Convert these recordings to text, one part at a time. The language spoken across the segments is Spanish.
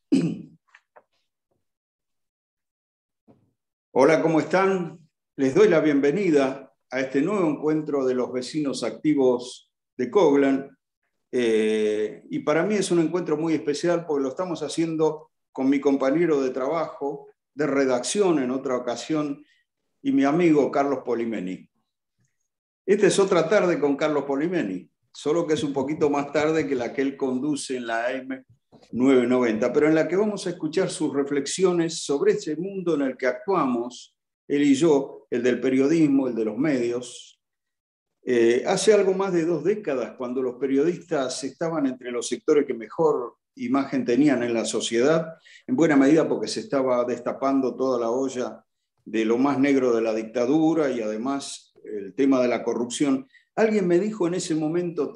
Hola, ¿cómo están? Les doy la bienvenida a este nuevo encuentro de los vecinos activos de Coglan. Y para mí es un encuentro muy especial porque lo estamos haciendo con mi compañero de trabajo, de redacción en otra ocasión, y mi amigo Carlos Polimeni. Esta es otra tarde con Carlos Polimeni, solo que es un poquito más tarde que la que él conduce en la AM 990, pero en la que vamos a escuchar sus reflexiones sobre ese mundo en el que actuamos, él y yo, el del periodismo, el de los medios. Hace algo más de 2 décadas, cuando los periodistas estaban entre los sectores que mejor imagen tenían en la sociedad, en buena medida porque se estaba destapando toda la olla de lo más negro de la dictadura y además el tema de la corrupción. Alguien me dijo en ese momento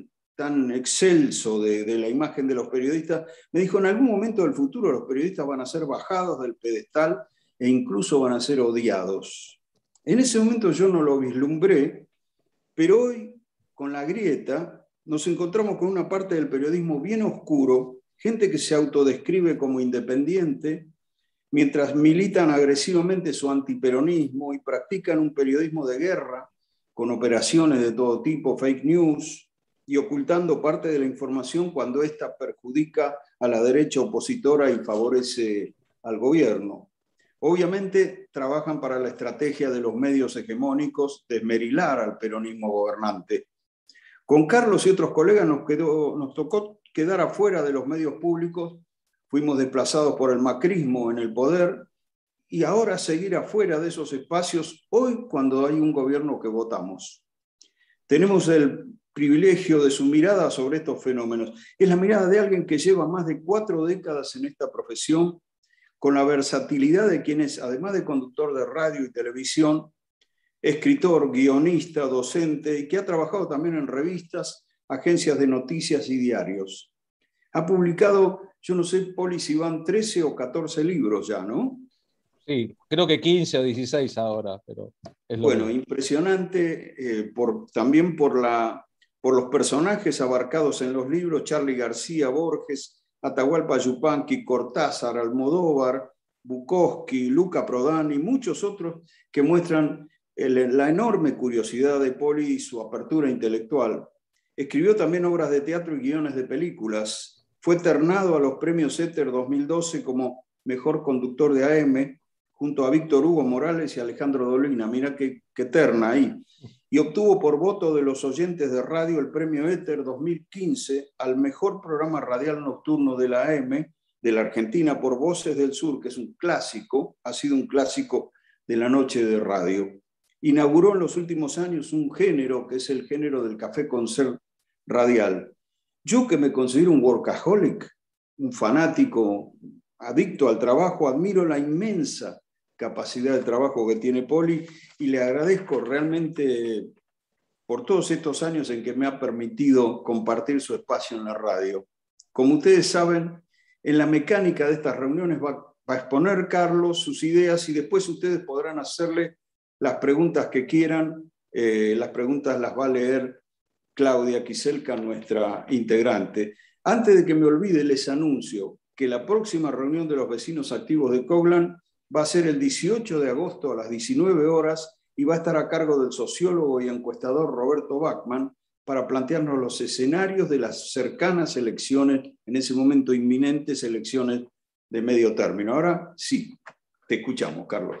tan excelso de la imagen de los periodistas, me dijo, en algún momento del futuro los periodistas van a ser bajados del pedestal e incluso van a ser odiados. En ese momento yo no lo vislumbré, pero hoy, con la grieta, nos encontramos con una parte del periodismo bien oscuro, gente que se autodescribe como independiente, mientras militan agresivamente su antiperonismo y practican un periodismo de guerra, con operaciones de todo tipo, fake news, y ocultando parte de la información cuando ésta perjudica a la derecha opositora y favorece al gobierno. Obviamente trabajan para la estrategia de los medios hegemónicos de esmerilar al peronismo gobernante. Con Carlos y otros colegas nos tocó quedar afuera de los medios públicos, fuimos desplazados por el macrismo en el poder y ahora seguir afuera de esos espacios hoy cuando hay un gobierno que votamos. Tenemos el privilegio de su mirada sobre estos fenómenos. Es la mirada de alguien que lleva más de 4 décadas en esta profesión, con la versatilidad de quien es, además de conductor de radio y televisión, escritor, guionista, docente, y que ha trabajado también en revistas, agencias de noticias y diarios. Ha publicado, yo no sé, Poli, si van 13 o 14 libros ya, ¿no? Sí, creo que 15 o 16 ahora, pero es lo Bueno, mismo. impresionante también por los personajes abarcados en los libros: Charly García, Borges, Atahualpa Yupanqui, Cortázar, Almodóvar, Bukowski, Luca Prodan y muchos otros que muestran la enorme curiosidad de Poli y su apertura intelectual. Escribió también obras de teatro y guiones de películas. Fue ternado a los premios Éter 2012 como mejor conductor de AM, junto a Víctor Hugo Morales y Alejandro Dolina. Mira qué terna ahí. Y obtuvo por voto de los oyentes de radio el premio Éter 2015 al mejor programa radial nocturno de la AM de la Argentina por Voces del Sur, que es un clásico, ha sido un clásico de la noche de radio. Inauguró en los últimos años un género que es el género del café concert radial. Yo, que me considero un workaholic, un fanático adicto al trabajo, admiro la inmensa capacidad de trabajo que tiene Poli y le agradezco realmente por todos estos años en que me ha permitido compartir su espacio en la radio. Como ustedes saben, en la mecánica de estas reuniones va a exponer Carlos sus ideas y después ustedes podrán hacerle las preguntas que quieran. Las preguntas las va a leer Claudia Kiselka, nuestra integrante. Antes de que me olvide, les anuncio que la próxima reunión de los vecinos activos de Coglan va a ser el 18 de agosto a las 19 horas y va a estar a cargo del sociólogo y encuestador Roberto Bachman para plantearnos los escenarios de las cercanas elecciones, en ese momento inminentes elecciones de medio término. Ahora sí, te escuchamos, Carlos.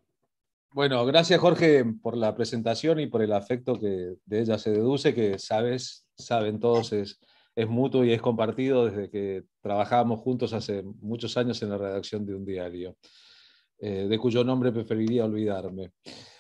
Bueno, gracias Jorge por la presentación y por el afecto que de ella se deduce, que saben todos, es mutuo y es compartido desde que trabajábamos juntos hace muchos años en la redacción de un diario, de cuyo nombre preferiría olvidarme.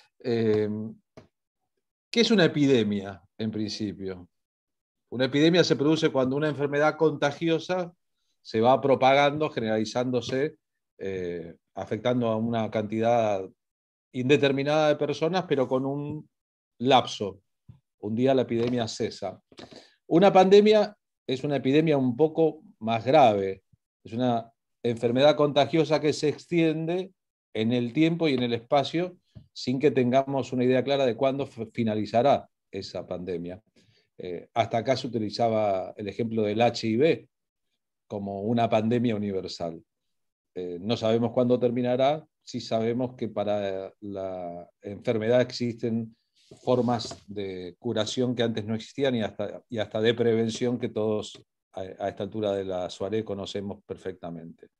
¿Qué es una epidemia, en principio? Una epidemia se produce cuando una enfermedad contagiosa se va propagando, generalizándose, afectando a una cantidad indeterminada de personas, pero con un lapso. Un día la epidemia cesa. Una pandemia es una epidemia un poco más grave. Es una enfermedad contagiosa que se extiende en el tiempo y en el espacio sin que tengamos una idea clara de cuándo finalizará esa pandemia. Hasta acá se utilizaba el ejemplo del HIV, como una pandemia universal. No sabemos cuándo terminará, sí sabemos que para la enfermedad existen formas de curación que antes no existían y hasta de prevención que todos a esta altura de la soirée conocemos perfectamente.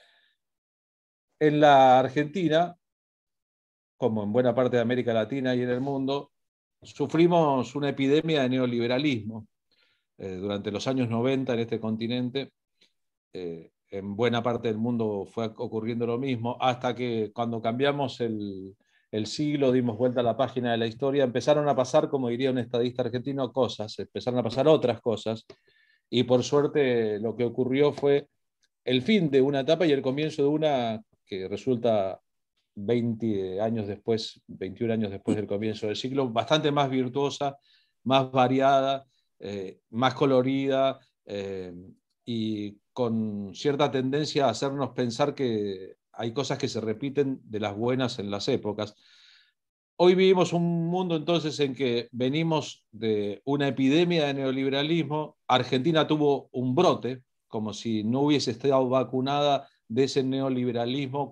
En la Argentina, como en buena parte de América Latina y en el mundo, sufrimos una epidemia de neoliberalismo. Durante los años 90 en este continente, en buena parte del mundo fue ocurriendo lo mismo, hasta que cuando cambiamos el siglo, dimos vuelta a la página de la historia, empezaron a pasar, como diría un estadista argentino, cosas, empezaron a pasar otras cosas, y por suerte lo que ocurrió fue el fin de una etapa y el comienzo de una que resulta 20 años después, 21 años después del comienzo del siglo, bastante más virtuosa, más variada, más colorida, y con cierta tendencia a hacernos pensar que hay cosas que se repiten de las buenas en las épocas. Hoy vivimos un mundo entonces en que venimos de una epidemia de neoliberalismo. Argentina tuvo un brote, como si no hubiese estado vacunada de ese neoliberalismo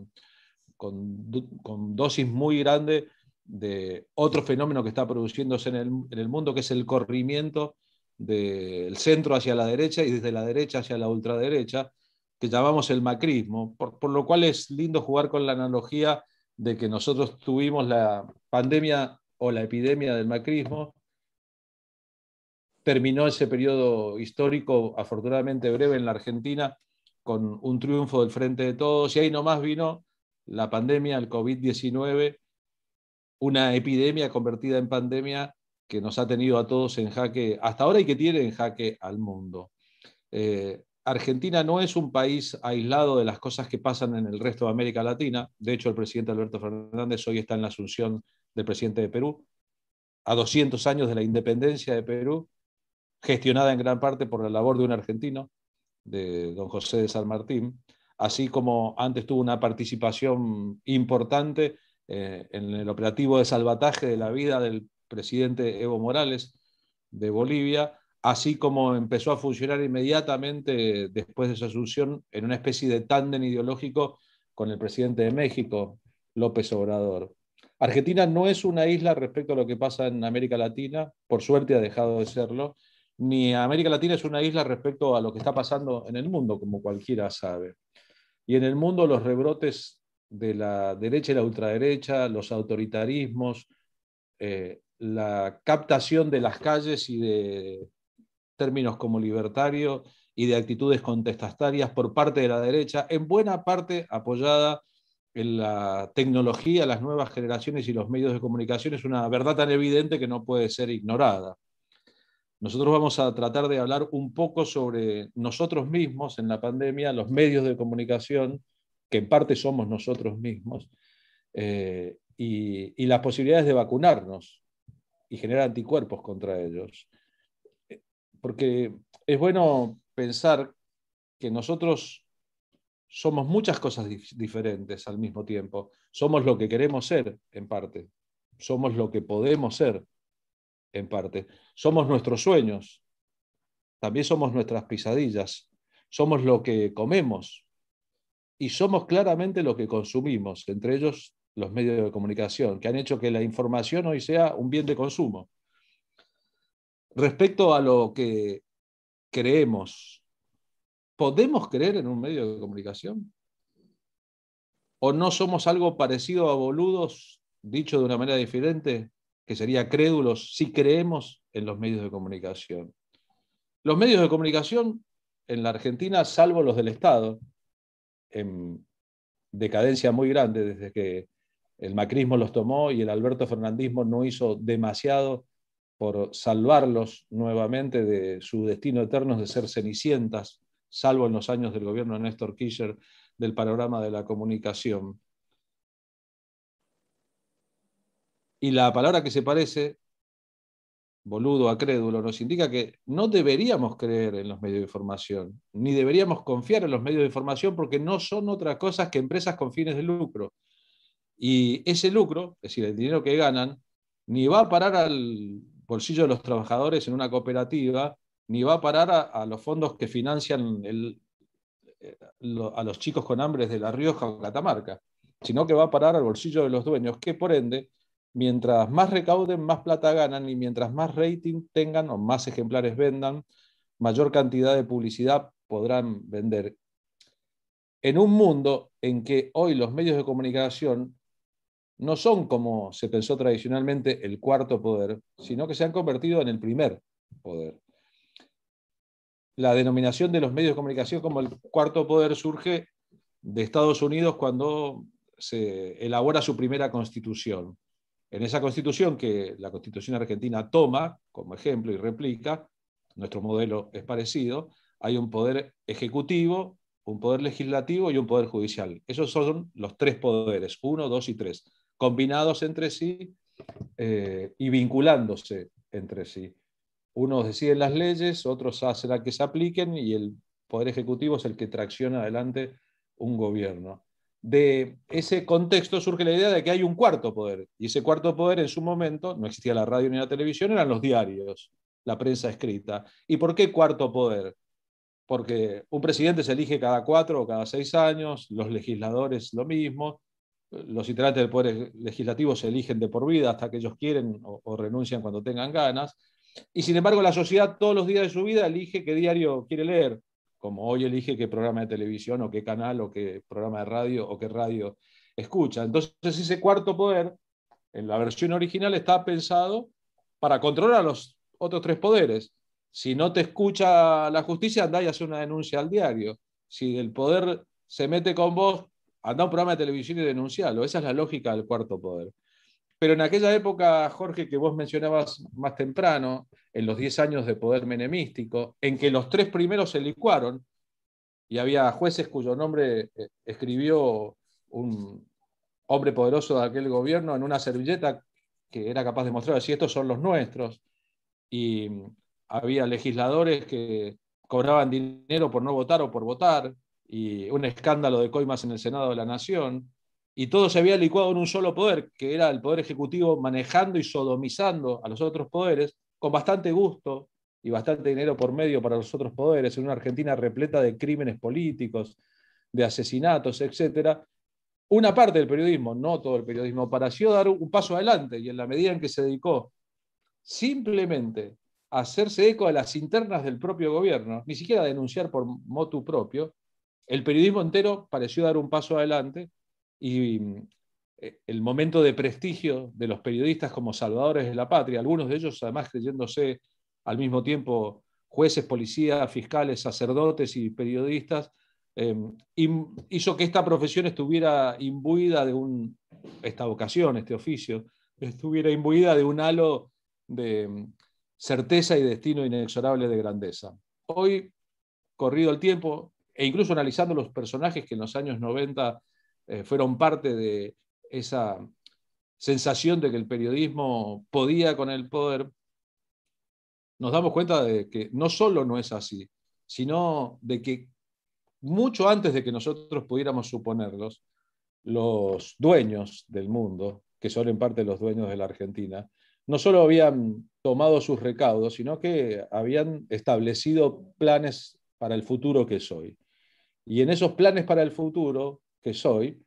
con dosis muy grande de otro fenómeno que está produciéndose en el mundo, que es el corrimiento del centro hacia la derecha y desde la derecha hacia la ultraderecha, que llamamos el macrismo, por lo cual es lindo jugar con la analogía de que nosotros tuvimos la pandemia o la epidemia del macrismo, terminó ese periodo histórico afortunadamente breve en la Argentina con un triunfo del Frente de Todos, y ahí nomás vino la pandemia, el COVID-19, una epidemia convertida en pandemia que nos ha tenido a todos en jaque hasta ahora y que tiene en jaque al mundo. Argentina no es un país aislado de las cosas que pasan en el resto de América Latina. De hecho, el presidente Alberto Fernández hoy está en la asunción del presidente de Perú, a 200 años de la independencia de Perú, gestionada en gran parte por la labor de un argentino, de don José de San Martín, así como antes tuvo una participación importante en el operativo de salvataje de la vida del presidente Evo Morales de Bolivia, así como empezó a funcionar inmediatamente después de su asunción en una especie de tándem ideológico con el presidente de México, López Obrador. Argentina no es una isla respecto a lo que pasa en América Latina, por suerte ha dejado de serlo, ni América Latina es una isla respecto a lo que está pasando en el mundo, como cualquiera sabe. Y en el mundo los rebrotes de la derecha y la ultraderecha, los autoritarismos, la captación de las calles y de términos como libertario y de actitudes contestatarias por parte de la derecha, en buena parte apoyada en la tecnología, las nuevas generaciones y los medios de comunicación, es una verdad tan evidente que no puede ser ignorada. Nosotros vamos a tratar de hablar un poco sobre nosotros mismos en la pandemia, los medios de comunicación, que en parte somos nosotros mismos, y las posibilidades de vacunarnos y generar anticuerpos contra ellos. Porque es bueno pensar que nosotros somos muchas cosas diferentes al mismo tiempo. Somos lo que queremos ser, en parte. Somos lo que podemos ser, en parte. Somos nuestros sueños. También somos nuestras pesadillas. Somos lo que comemos. Y somos claramente lo que consumimos, entre ellos los medios de comunicación, que han hecho que la información hoy sea un bien de consumo. Respecto a lo que creemos, ¿podemos creer en un medio de comunicación? ¿O no somos algo parecido a boludos, dicho de una manera diferente, que sería crédulos, si creemos en los medios de comunicación? Los medios de comunicación en la Argentina, salvo los del Estado, en decadencia muy grande desde que el macrismo los tomó y el Alberto Fernandismo no hizo demasiado por salvarlos nuevamente de su destino eterno de ser cenicientas, salvo en los años del gobierno de Néstor Kirchner, del panorama de la comunicación. Y la palabra que se parece, boludo a crédulo, nos indica que no deberíamos creer en los medios de información, ni deberíamos confiar en los medios de información porque no son otra cosa que empresas con fines de lucro. Y ese lucro, es decir, el dinero que ganan, ni va a parar al bolsillo de los trabajadores en una cooperativa, ni va a parar a los fondos que financian a los chicos con hambre de La Rioja o Catamarca, sino que va a parar al bolsillo de los dueños, que por ende, mientras más recauden, más plata ganan, y mientras más rating tengan o más ejemplares vendan, mayor cantidad de publicidad podrán vender. En un mundo en que hoy los medios de comunicación no son, como se pensó tradicionalmente, el cuarto poder, sino que se han convertido en el primer poder. La denominación de los medios de comunicación como el cuarto poder surge de Estados Unidos cuando se elabora su primera constitución. En esa constitución, que la Constitución argentina toma como ejemplo y replica, nuestro modelo es parecido, hay un poder ejecutivo, un poder legislativo y un poder judicial. Esos son los tres poderes, 1, 2 y 3, combinados entre sí y vinculándose entre sí. Unos deciden las leyes, otros hacen a que se apliquen, y el poder ejecutivo es el que tracciona adelante un gobierno. De ese contexto surge la idea de que hay un cuarto poder, y ese cuarto poder en su momento, no existía la radio ni la televisión, eran los diarios, la prensa escrita. ¿Y por qué cuarto poder? Porque un presidente se elige cada 4 o cada 6 años, los legisladores lo mismo, los integrantes del Poder Legislativo se eligen de por vida hasta que ellos quieren o renuncian cuando tengan ganas, y sin embargo la sociedad todos los días de su vida elige qué diario quiere leer, como hoy elige qué programa de televisión o qué canal o qué programa de radio o qué radio escucha. Entonces ese cuarto poder, en la versión original, está pensado para controlar a los otros tres poderes. Si no te escucha la justicia, andá y hace una denuncia al diario. Si el poder se mete con vos, andá a un programa de televisión y denuncialo. Esa es la lógica del cuarto poder. Pero en aquella época, Jorge, que vos mencionabas más temprano, en los 10 años de poder menemístico, en que los tres primeros se licuaron, y había jueces cuyo nombre escribió un hombre poderoso de aquel gobierno en una servilleta que era capaz de mostrar si estos son los nuestros, y había legisladores que cobraban dinero por no votar o por votar, y un escándalo de coimas en el Senado de la Nación, y todo se había licuado en un solo poder, que era el poder ejecutivo, manejando y sodomizando a los otros poderes con bastante gusto y bastante dinero por medio para los otros poderes, en una Argentina repleta de crímenes políticos, de asesinatos, etc. Una parte del periodismo, no todo el periodismo, pareció dar un paso adelante, y en la medida en que se dedicó simplemente a hacerse eco de las internas del propio gobierno, ni siquiera a denunciar por motu propio, el periodismo entero pareció dar un paso adelante, y el momento de prestigio de los periodistas como salvadores de la patria, algunos de ellos además creyéndose al mismo tiempo jueces, policías, fiscales, sacerdotes y periodistas, hizo que esta profesión estuviera imbuida de esta vocación, este oficio, estuviera imbuida de un halo de certeza y destino inexorable de grandeza. Hoy, corrido el tiempo, e incluso analizando los personajes que en los años 90 fueron parte de esa sensación de que el periodismo podía con el poder, nos damos cuenta de que no solo no es así, sino de que mucho antes de que nosotros pudiéramos suponerlos, los dueños del mundo, que son en parte los dueños de la Argentina, no solo habían tomado sus recaudos, sino que habían establecido planes para el futuro que soy. Y en esos planes para el futuro que soy,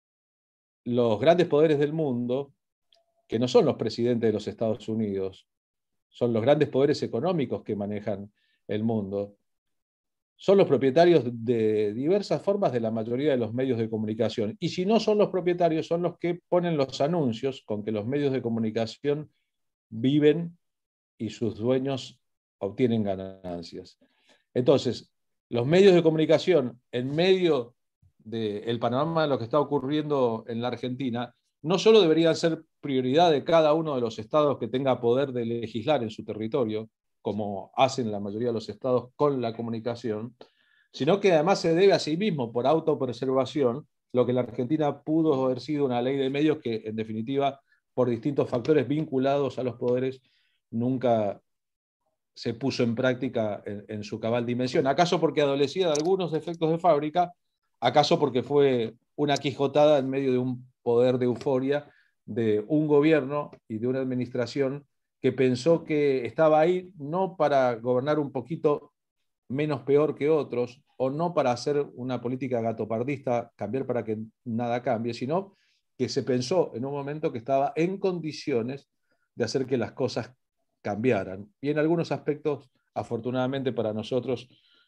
los grandes poderes del mundo, que no son los presidentes de los Estados Unidos, son los grandes poderes económicos que manejan el mundo, son los propietarios de diversas formas de la mayoría de los medios de comunicación. Y si no son los propietarios, son los que ponen los anuncios con que los medios de comunicación viven y sus dueños obtienen ganancias. Entonces, los medios de comunicación, en medio del panorama de lo que está ocurriendo en la Argentina, no solo deberían ser prioridad de cada uno de los estados que tenga poder de legislar en su territorio, como hacen la mayoría de los estados con la comunicación, sino que además se debe a sí mismo, por autopreservación, lo que en la Argentina pudo haber sido una ley de medios que, en definitiva, por distintos factores vinculados a los poderes, nunca se puso en práctica en su cabal dimensión. ¿Acaso porque adolecía de algunos defectos de fábrica? ¿Acaso porque fue una quijotada en medio de un poder de euforia de un gobierno y de una administración que pensó que estaba ahí no para gobernar un poquito menos peor que otros, o no para hacer una política gatopardista, cambiar para que nada cambie, sino que se pensó en un momento que estaba en condiciones de hacer que las cosas cambiaran. Y en algunos aspectos, afortunadamente para nosotros,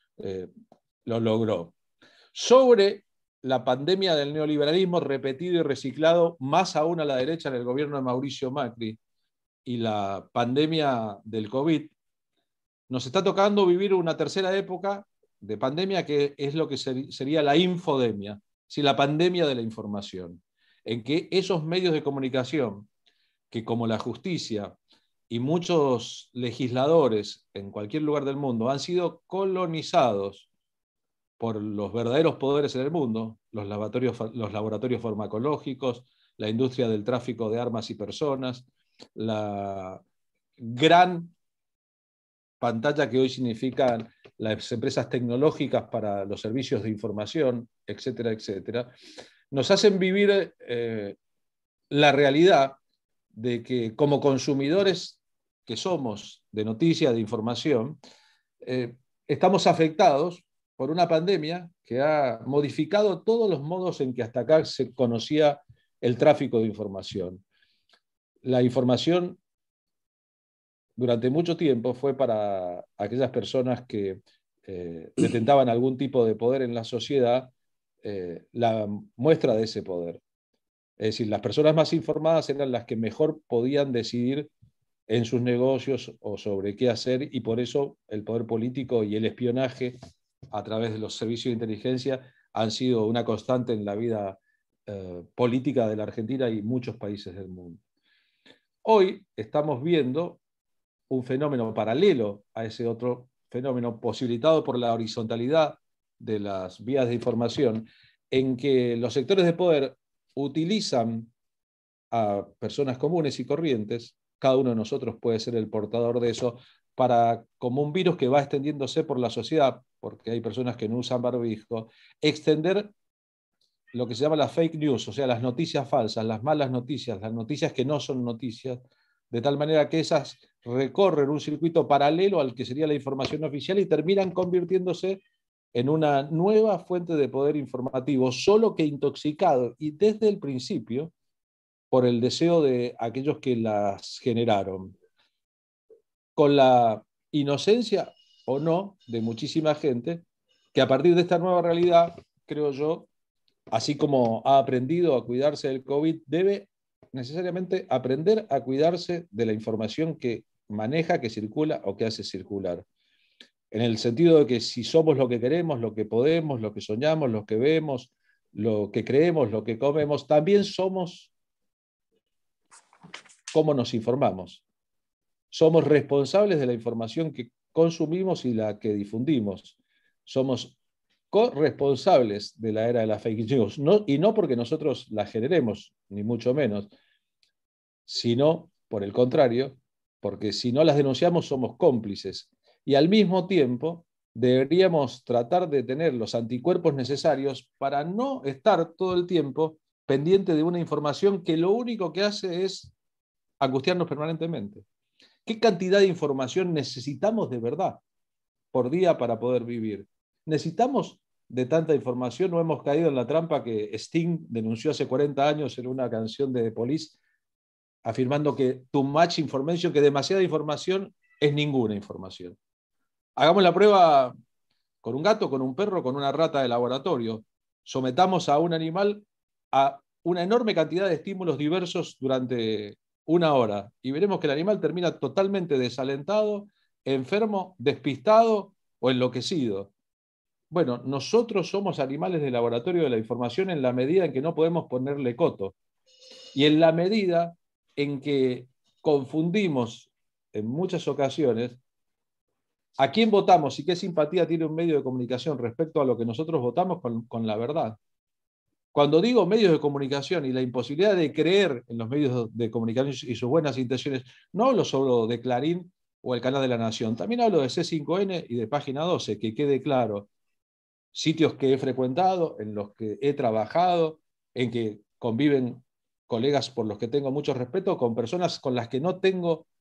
lo logró. Sobre la pandemia del neoliberalismo repetido y reciclado, más aún a la derecha en el gobierno de Mauricio Macri, y la pandemia del COVID, nos está tocando vivir una tercera época de pandemia que es lo que sería la infodemia, ¿sí? La pandemia de la información, en que esos medios de comunicación, que como la justicia y muchos legisladores en cualquier lugar del mundo han sido colonizados por los verdaderos poderes en el mundo, los laboratorios farmacológicos, la industria del tráfico de armas y personas, la gran pantalla que hoy significan las empresas tecnológicas para los servicios de información, etcétera, etcétera, nos hacen vivir la realidad de que como consumidores que somos de noticias, de información, estamos afectados por una pandemia que ha modificado todos los modos en que hasta acá se conocía el tráfico de información. La información durante mucho tiempo fue para aquellas personas que detentaban algún tipo de poder en la sociedad, la muestra de ese poder. Es decir, las personas más informadas eran las que mejor podían decidir en sus negocios o sobre qué hacer, y por eso el poder político y el espionaje a través de los servicios de inteligencia han sido una constante en la vida política de la Argentina y muchos países del mundo. Hoy estamos viendo un fenómeno paralelo a ese otro fenómeno, posibilitado por la horizontalidad de las vías de información, en que los sectores de poder utilizan a personas comunes y corrientes, cada uno de nosotros puede ser el portador de eso, para, como un virus que va extendiéndose por la sociedad, porque hay personas que no usan barbijo, extender lo que se llama la fake news, o sea, las noticias falsas, las malas noticias, las noticias que no son noticias, de tal manera que esas recorren un circuito paralelo al que sería la información oficial y terminan convirtiéndose en una nueva fuente de poder informativo, solo que intoxicado, y desde el principio, por el deseo de aquellos que las generaron, con la inocencia o no de muchísima gente, que a partir de esta nueva realidad, creo yo, así como ha aprendido a cuidarse del COVID, debe necesariamente aprender a cuidarse de la información que maneja, que circula o que hace circular. En el sentido de que si somos lo que queremos, lo que podemos, lo que soñamos, lo que vemos, lo que creemos, lo que comemos, también somos cómo nos informamos. Somos responsables de la información que consumimos y la que difundimos. Somos corresponsables de la era de la fake news, y no porque nosotros la generemos, ni mucho menos, sino por el contrario, porque si no las denunciamos somos cómplices. Y al mismo tiempo deberíamos tratar de tener los anticuerpos necesarios para no estar todo el tiempo pendiente de una información que lo único que hace es angustiarnos permanentemente. ¿Qué cantidad de información necesitamos de verdad por día para poder vivir? ¿Necesitamos de tanta información? ¿No hemos caído en la trampa que Sting denunció hace 40 años en una canción de The Police, afirmando que too much information, que demasiada información es ninguna información? Hagamos la prueba con un gato, con un perro, con una rata de laboratorio. Sometamos a un animal a una enorme cantidad de estímulos diversos durante una hora y veremos que el animal termina totalmente desalentado, enfermo, despistado o enloquecido. Bueno, nosotros somos animales de laboratorio de la información en la medida en que no podemos ponerle coto y en la medida en que confundimos en muchas ocasiones a quién votamos y qué simpatía tiene un medio de comunicación respecto a lo que nosotros votamos con la verdad. Cuando digo medios de comunicación y la imposibilidad de creer en los medios de comunicación y sus buenas intenciones, no hablo solo de Clarín o el Canal de la Nación, también hablo de C5N y de Página 12, que quede claro. Sitios que he frecuentado, en los que he trabajado, en que conviven colegas por los que tengo mucho respeto, con personas con las que no tengo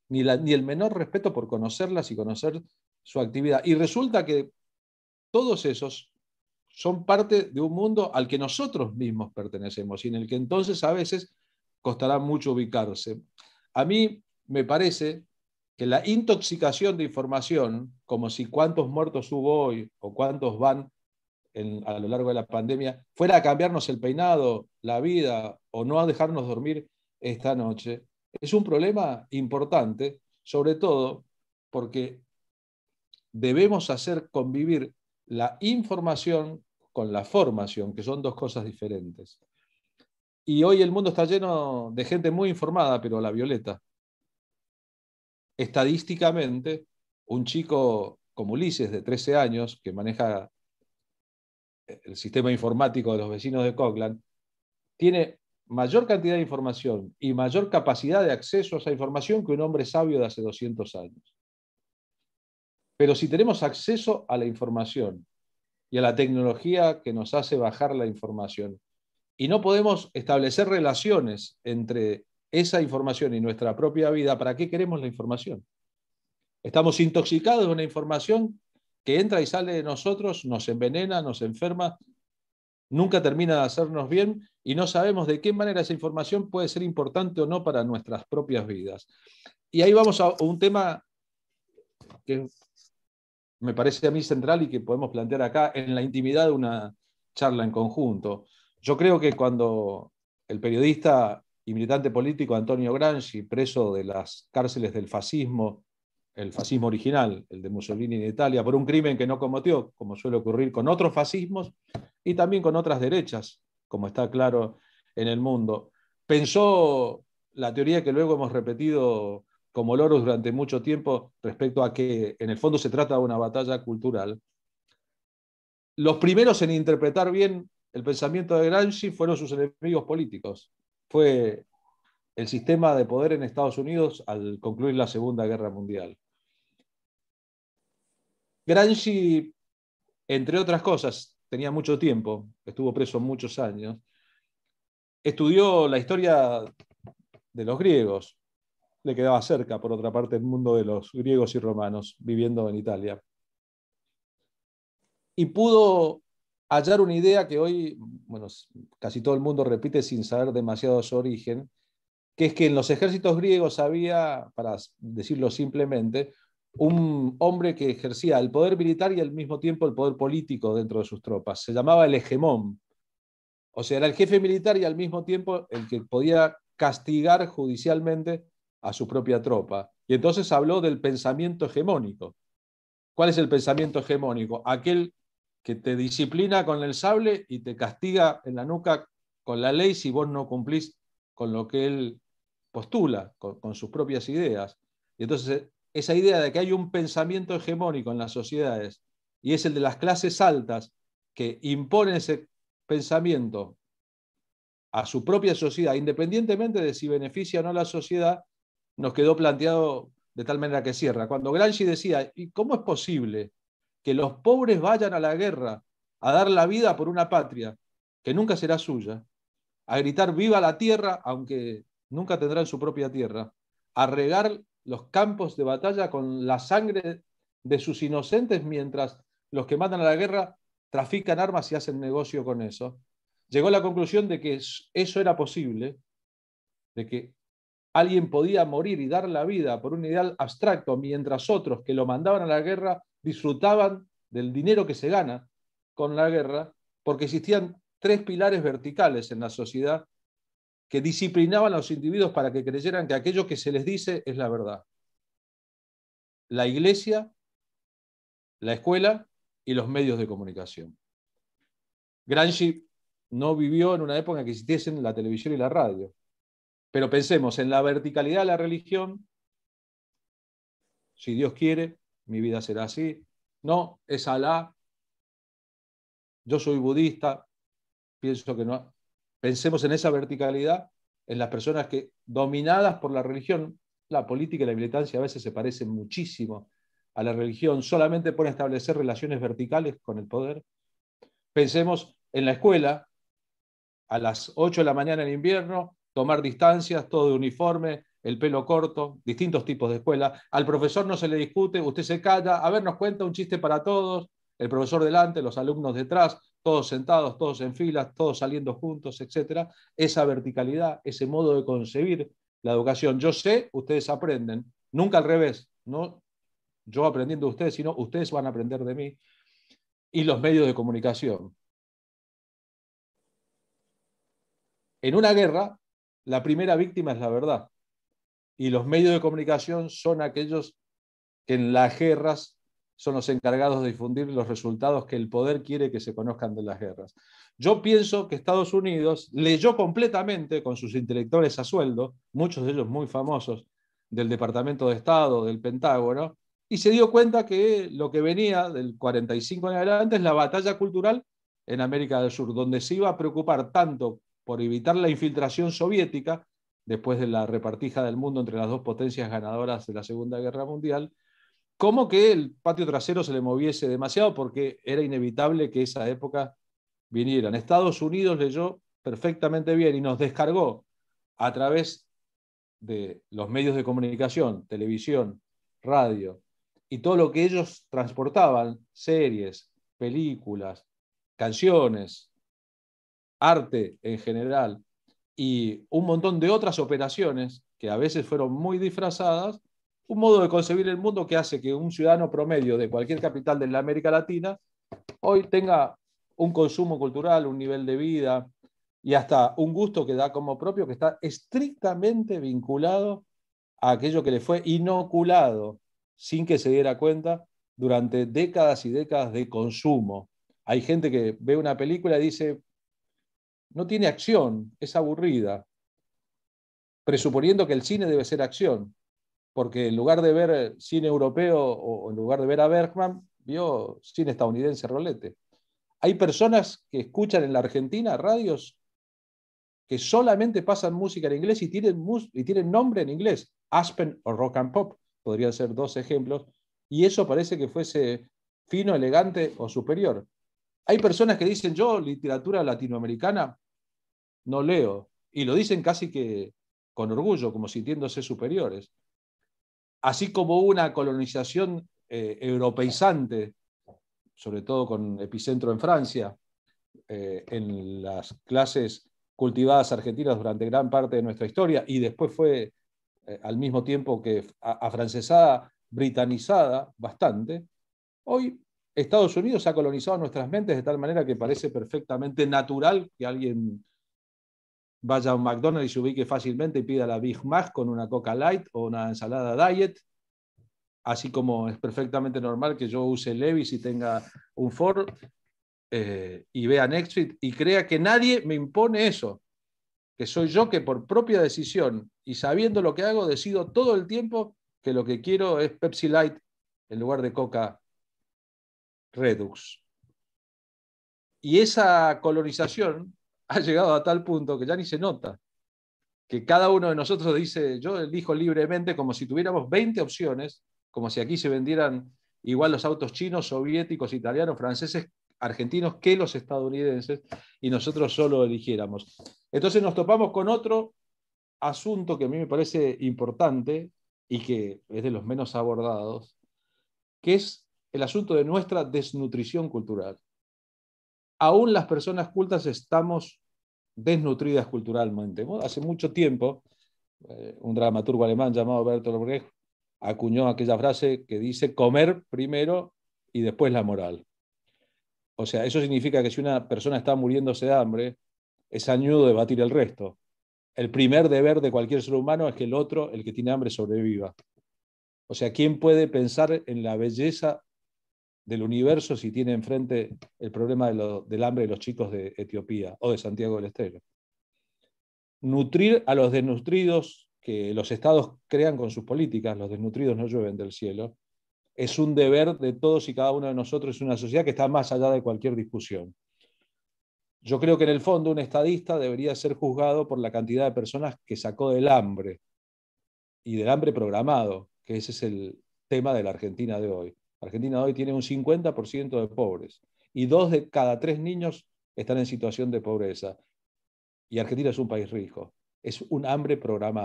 ni el menor respeto por conocerlas y conocer su actividad. Y resulta que todos esos son parte de un mundo al que nosotros mismos pertenecemos y en el que entonces a veces costará mucho ubicarse. A mí me parece que la intoxicación de información, como si cuántos muertos hubo hoy o cuántos van a lo largo de la pandemia, fuera a cambiarnos el peinado, la vida o no a dejarnos dormir esta noche, es un problema importante, sobre todo porque debemos hacer convivir la información con la formación, que son dos cosas diferentes. Y hoy el mundo está lleno de gente muy informada, pero a la violeta. Estadísticamente, un chico como Ulises, de 13 años, que maneja el sistema informático de los vecinos de Coglan, tiene mayor cantidad de información y mayor capacidad de acceso a esa información que un hombre sabio de hace 200 años. Pero si tenemos acceso a la información y a la tecnología que nos hace bajar la información, y no podemos establecer relaciones entre esa información y nuestra propia vida, ¿para qué queremos la información? Estamos intoxicados de una información que entra y sale de nosotros, nos envenena, nos enferma, nunca termina de hacernos bien y no sabemos de qué manera esa información puede ser importante o no para nuestras propias vidas. Y ahí vamos a un tema que me parece a mí central y que podemos plantear acá en la intimidad de una charla en conjunto. Yo creo que cuando el periodista y militante político Antonio Gramsci, preso de las cárceles del fascismo, el fascismo original, el de Mussolini en Italia, por un crimen que no cometió, como suele ocurrir con otros fascismos y también con otras derechas, como está claro en el mundo, pensó la teoría que luego hemos repetido como loros durante mucho tiempo respecto a que en el fondo se trata de una batalla cultural. Los primeros en interpretar bien el pensamiento de Gramsci fueron sus enemigos políticos. Fue el sistema de poder en Estados Unidos al concluir la Segunda Guerra Mundial. Gramsci, entre otras cosas, tenía mucho tiempo, estuvo preso muchos años, estudió la historia de los griegos, le quedaba cerca, por otra parte, el mundo de los griegos y romanos, viviendo en Italia. Y pudo hallar una idea que hoy, bueno, casi todo el mundo repite sin saber demasiado su origen, que es que en los ejércitos griegos había, para decirlo simplemente, un hombre que ejercía el poder militar y al mismo tiempo el poder político dentro de sus tropas. Se llamaba el hegemón. O sea, era el jefe militar y al mismo tiempo el que podía castigar judicialmente a su propia tropa. Y entonces habló del pensamiento hegemónico. ¿Cuál es el pensamiento hegemónico? Aquel que te disciplina con el sable y te castiga en la nuca con la ley si vos no cumplís con lo que él postula, con sus propias ideas. Y entonces esa idea de que hay un pensamiento hegemónico en las sociedades y es el de las clases altas que imponen ese pensamiento a su propia sociedad, independientemente de si beneficia o no a la sociedad, nos quedó planteado de tal manera que cierra. Cuando Gramsci decía, ¿y cómo es posible que los pobres vayan a la guerra a dar la vida por una patria que nunca será suya, a gritar viva la tierra, aunque nunca tendrán su propia tierra, a regar los campos de batalla con la sangre de sus inocentes mientras los que mandan a la guerra trafican armas y hacen negocio con eso? Llegó a la conclusión de que eso era posible, de que alguien podía morir y dar la vida por un ideal abstracto, mientras otros que lo mandaban a la guerra disfrutaban del dinero que se gana con la guerra, porque existían tres pilares verticales en la sociedad que disciplinaban a los individuos para que creyeran que aquello que se les dice es la verdad. La iglesia, la escuela y los medios de comunicación. Gramsci no vivió en una época en que existiesen la televisión y la radio. Pero pensemos en la verticalidad de la religión. Si Dios quiere, mi vida será así. No, es Alá. Yo soy budista. Pienso que no. Pensemos en esa verticalidad, en las personas que, dominadas por la religión, la política y la militancia a veces se parecen muchísimo a la religión, solamente por establecer relaciones verticales con el poder. Pensemos en la escuela, a las 8 de la mañana en invierno, tomar distancias, todo de uniforme, el pelo corto, distintos tipos de escuela. Al profesor no se le discute, usted se calla, a ver, nos cuenta un chiste para todos, el profesor delante, los alumnos detrás, todos sentados, todos en filas, todos saliendo juntos, etc. Esa verticalidad, ese modo de concebir la educación. Yo sé, ustedes aprenden, nunca al revés, no yo aprendiendo de ustedes, sino ustedes van a aprender de mí. Y los medios de comunicación. En una guerra, la primera víctima es la verdad. Y los medios de comunicación son aquellos que en las guerras son los encargados de difundir los resultados que el poder quiere que se conozcan de las guerras. Yo pienso que Estados Unidos leyó completamente con sus intelectuales a sueldo, muchos de ellos muy famosos, del Departamento de Estado, del Pentágono, y se dio cuenta que lo que venía del 45 en adelante es la batalla cultural en América del Sur, donde se iba a preocupar tanto por evitar la infiltración soviética, después de la repartija del mundo entre las dos potencias ganadoras de la Segunda Guerra Mundial, como que el patio trasero se le moviese demasiado porque era inevitable que esa época vinieran. Estados Unidos leyó perfectamente bien y nos descargó a través de los medios de comunicación, televisión, radio, y todo lo que ellos transportaban, series, películas, canciones, arte en general, y un montón de otras operaciones que a veces fueron muy disfrazadas, un modo de concebir el mundo que hace que un ciudadano promedio de cualquier capital de la América Latina hoy tenga un consumo cultural, un nivel de vida y hasta un gusto que da como propio, que está estrictamente vinculado a aquello que le fue inoculado sin que se diera cuenta durante décadas y décadas de consumo. Hay gente que ve una película y dice, no tiene acción, es aburrida, presuponiendo que el cine debe ser acción, porque en lugar de ver cine europeo o en lugar de ver a Bergman, vio cine estadounidense rolete. Hay personas que escuchan en la Argentina radios que solamente pasan música en inglés y tienen nombre en inglés. Aspen o Rock and Pop podrían ser dos ejemplos, y eso parece que fuese fino, elegante o superior. Hay personas que dicen, yo literatura latinoamericana no leo, y lo dicen casi que con orgullo, como sintiéndose superiores. Así como una colonización europeizante, sobre todo con epicentro en Francia, en las clases cultivadas argentinas durante gran parte de nuestra historia, y después fue al mismo tiempo que afrancesada, britanizada bastante, hoy Estados Unidos ha colonizado nuestras mentes de tal manera que parece perfectamente natural que alguien vaya a un McDonald's y se ubique fácilmente y pida la Big Mac con una Coca Light o una ensalada Diet, así como es perfectamente normal que yo use Levi's y tenga un Ford y vea Netflix y crea que nadie me impone eso, que soy yo que por propia decisión y sabiendo lo que hago decido todo el tiempo que lo que quiero es Pepsi Light en lugar de Coca Redux. Y esa colonización ha llegado a tal punto que ya ni se nota, que cada uno de nosotros dice, yo elijo libremente como si tuviéramos 20 opciones, como si aquí se vendieran igual los autos chinos, soviéticos, italianos, franceses, argentinos que los estadounidenses, y nosotros solo eligiéramos. Entonces nos topamos con otro asunto que a mí me parece importante y que es de los menos abordados, que es el asunto de nuestra desnutrición cultural. Aún las personas cultas estamos desnutridas culturalmente. Hace mucho tiempo, un dramaturgo alemán llamado Bertolt Brecht acuñó aquella frase que dice comer primero y después la moral. O sea, eso significa que si una persona está muriéndose de hambre, es añudo debatir el resto. El primer deber de cualquier ser humano es que el otro, el que tiene hambre, sobreviva. O sea, ¿quién puede pensar en la belleza del universo si tiene enfrente el problema del hambre de los chicos de Etiopía o de Santiago del Estero? Nutrir a los desnutridos que los estados crean con sus políticas, los desnutridos no llueven del cielo, es un deber de todos y cada uno de nosotros en una sociedad que está más allá de cualquier discusión. Yo creo que en el fondo un estadista debería ser juzgado por la cantidad de personas que sacó del hambre y del hambre programado, que ese es el tema de la Argentina de hoy. La Argentina de hoy tiene un 50% de pobres y 2 de cada 3 niños están en situación de pobreza. Y Argentina es un país rico. Es un hambre programado.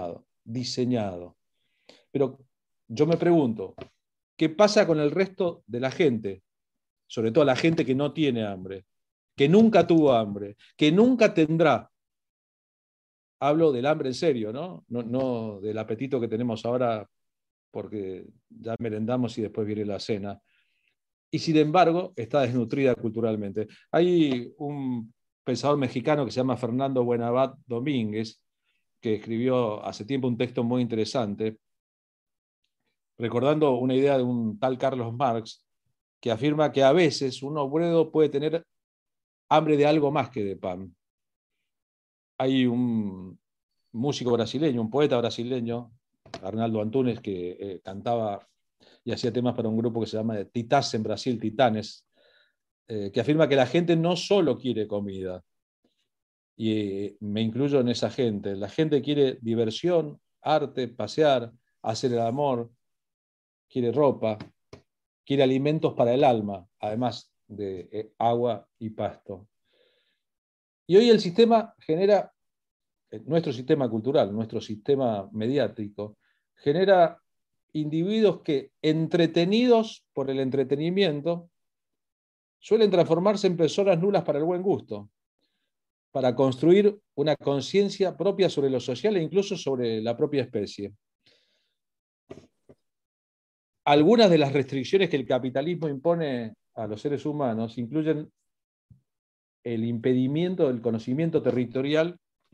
diseñado. Pero yo me pregunto, ¿qué pasa con el resto de la gente? Sobre todo la gente que no tiene hambre, que nunca tuvo hambre, que nunca tendrá. Hablo del hambre en serio, ¿no? No del apetito que tenemos ahora porque ya merendamos y después viene la cena. Y sin embargo, está desnutrida culturalmente. Hay un pensador mexicano que se llama Fernando Buenabad Domínguez, que escribió hace tiempo un texto muy interesante, recordando una idea de un tal Carlos Marx, que afirma que a veces un obrero puede tener hambre de algo más que de pan. Hay un músico brasileño, un poeta brasileño, Arnaldo Antunes, que cantaba y hacía temas para un grupo que se llama Titás en Brasil, Titanes, que afirma que la gente no solo quiere comida, y me incluyo en esa gente, la gente quiere diversión, arte, pasear, hacer el amor, quiere ropa, quiere alimentos para el alma, además de agua y pasto. Y hoy el sistema genera, nuestro sistema cultural, nuestro sistema mediático, genera individuos que, entretenidos por el entretenimiento, suelen transformarse en personas nulas para el buen gusto, para construir una conciencia propia sobre lo social e incluso sobre la propia especie. Algunas de las restricciones que el capitalismo impone a los seres humanos incluyen el impedimento del conocimiento territorial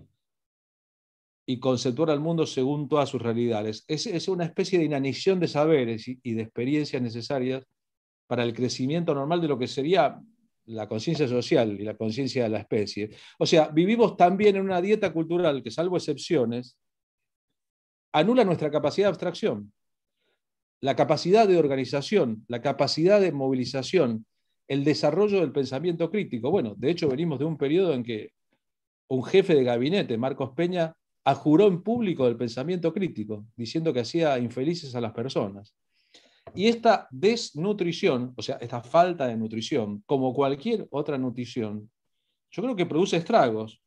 y conceptuar al mundo según todas sus realidades. Es una especie de inanición de saberes y de experiencias necesarias para el crecimiento normal de lo que sería la conciencia social y la conciencia de la especie. O sea, vivimos también en una dieta cultural que, salvo excepciones, anula nuestra capacidad de abstracción, la capacidad de organización, la capacidad de movilización, el desarrollo del pensamiento crítico. Bueno, de hecho venimos de un periodo en que un jefe de gabinete, Marcos Peña, ajuró en público del pensamiento crítico, diciendo que hacía infelices a las personas. Y esta desnutrición, o sea, esta falta de nutrición, como cualquier otra nutrición, yo creo que produce estragos.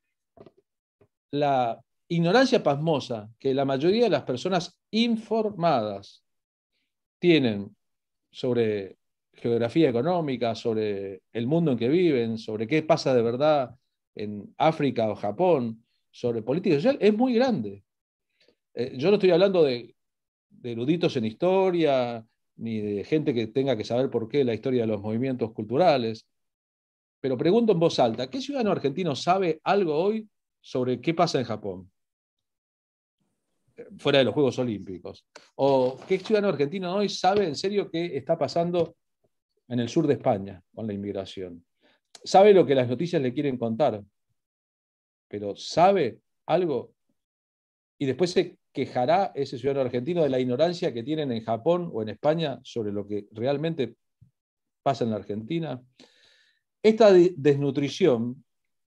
La ignorancia pasmosa que la mayoría de las personas informadas tienen sobre geografía económica, sobre el mundo en que viven, sobre qué pasa de verdad en África o Japón, sobre política social, es muy grande. Yo no estoy hablando de eruditos en historia, ni de gente que tenga que saber por qué la historia de los movimientos culturales, pero pregunto en voz alta, ¿qué ciudadano argentino sabe algo hoy sobre qué pasa en Japón, fuera de los Juegos Olímpicos? ¿O qué ciudadano argentino hoy sabe en serio qué está pasando en el sur de España con la inmigración? Sabe lo que las noticias le quieren contar, pero ¿sabe algo? Y después se quejará ese ciudadano argentino de la ignorancia que tienen en Japón o en España sobre lo que realmente pasa en la Argentina. Esta desnutrición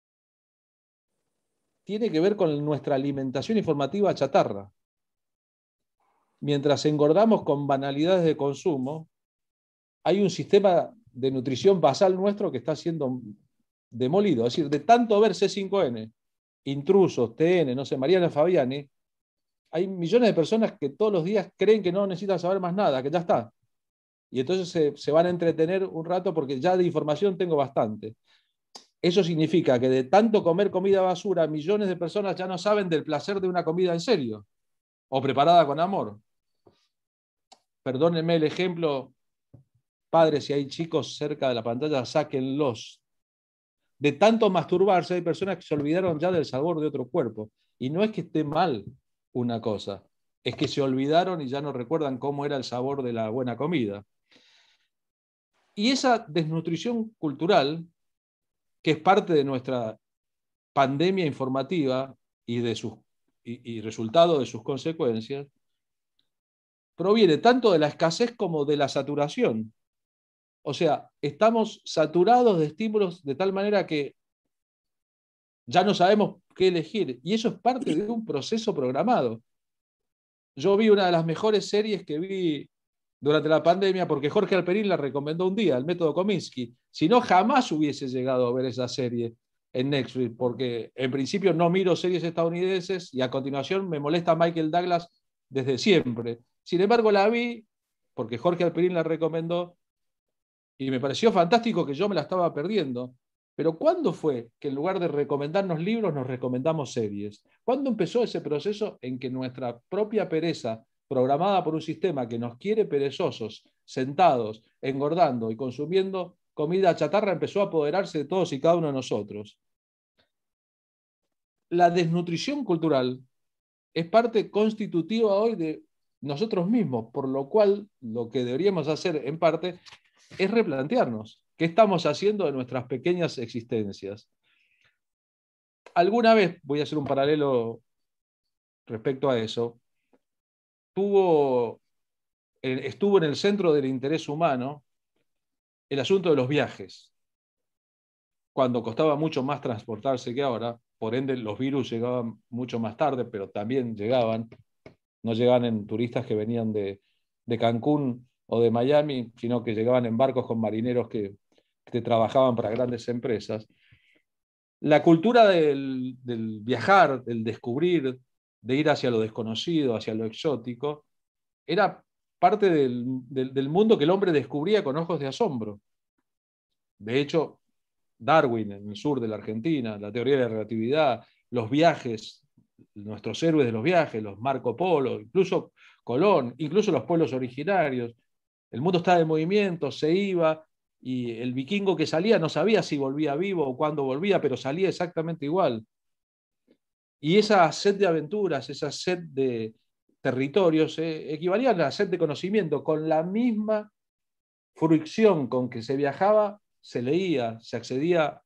tiene que ver con nuestra alimentación informativa chatarra. Mientras engordamos con banalidades de consumo, hay un sistema de nutrición basal nuestro que está siendo demolido. Es decir, de tanto ver C5N, Intrusos, TN, no sé, Mariana Fabiani, hay millones de personas que todos los días creen que no necesitan saber más nada, que ya está. Y entonces se van a entretener un rato porque ya de información tengo bastante. Eso significa que de tanto comer comida basura, millones de personas ya no saben del placer de una comida en serio o preparada con amor. Perdónenme el ejemplo, padres, si hay chicos cerca de la pantalla, sáquenlos. De tanto masturbarse hay personas que se olvidaron ya del sabor de otro cuerpo. Y no es que esté mal una cosa, es que se olvidaron y ya no recuerdan cómo era el sabor de la buena comida. Y esa desnutrición cultural, que es parte de nuestra pandemia informativa y resultado de sus consecuencias, proviene tanto de la escasez como de la saturación. O sea, estamos saturados de estímulos de tal manera que ya no sabemos qué elegir. Y eso es parte de un proceso programado. Yo vi una de las mejores series que vi durante la pandemia porque Jorge Alperín la recomendó un día, El método Kominsky. Si no, jamás hubiese llegado a ver esa serie. en Netflix, porque en principio no miro series estadounidenses y a continuación me molesta Michael Douglas desde siempre. Sin embargo, la vi porque Jorge Alperín la recomendó y me pareció fantástico, que yo me la estaba perdiendo. Pero ¿cuándo fue que en lugar de recomendarnos libros nos recomendamos series? ¿Cuándo empezó ese proceso en que nuestra propia pereza, programada por un sistema que nos quiere perezosos, sentados, engordando y consumiendo comida chatarra, empezó a apoderarse de todos y cada uno de nosotros? La desnutrición cultural es parte constitutiva hoy de nosotros mismos, por lo cual lo que deberíamos hacer en parte es replantearnos qué estamos haciendo de nuestras pequeñas existencias. Alguna vez, voy a hacer un paralelo respecto a eso, estuvo en el centro del interés humano el asunto de los viajes, cuando costaba mucho más transportarse que ahora, por ende los virus llegaban mucho más tarde, pero también llegaban, no llegaban en turistas que venían de Cancún o de Miami, sino que llegaban en barcos con marineros que trabajaban para grandes empresas. La cultura del viajar, del descubrir, de ir hacia lo desconocido, hacia lo exótico, era parte del mundo que el hombre descubría con ojos de asombro. De hecho, Darwin, en el sur de la Argentina, la teoría de la relatividad, los viajes, nuestros héroes de los viajes, los Marco Polo, incluso Colón, incluso los pueblos originarios. El mundo estaba en movimiento, se iba, y el vikingo que salía no sabía si volvía vivo o cuándo volvía, pero salía exactamente igual. Y esa sed de aventuras, esa sed de territorios, equivalía a la sed de conocimiento. Con la misma fruición con que se viajaba, se leía, se accedía,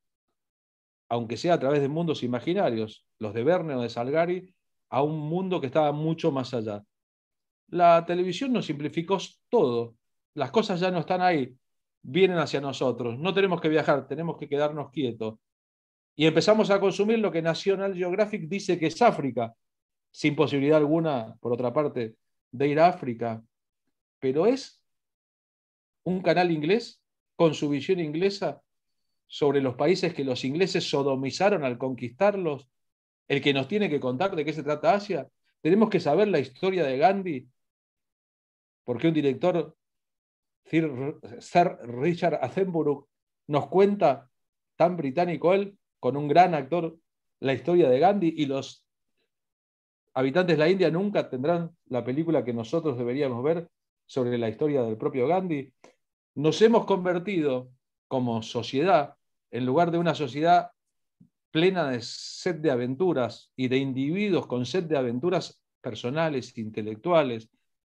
aunque sea a través de mundos imaginarios, los de Verne o de Salgari, a un mundo que estaba mucho más allá. La televisión nos simplificó todo. Las cosas ya no están ahí, vienen hacia nosotros. No tenemos que viajar, tenemos que quedarnos quietos. Y empezamos a consumir lo que National Geographic dice que es África, sin posibilidad alguna, por otra parte, de ir a África. Pero es un canal inglés con su visión inglesa sobre los países que los ingleses sodomizaron al conquistarlos, el que nos tiene que contar de qué se trata Asia. Tenemos que saber la historia de Gandhi, porque un director, Sir Richard Attenborough, nos cuenta, tan británico él, con un gran actor, la historia de Gandhi, y los habitantes de la India nunca tendrán la película que nosotros deberíamos ver sobre la historia del propio Gandhi. Nos hemos convertido como sociedad, en lugar de una sociedad plena de sed de aventuras y de individuos con sed de aventuras personales, intelectuales,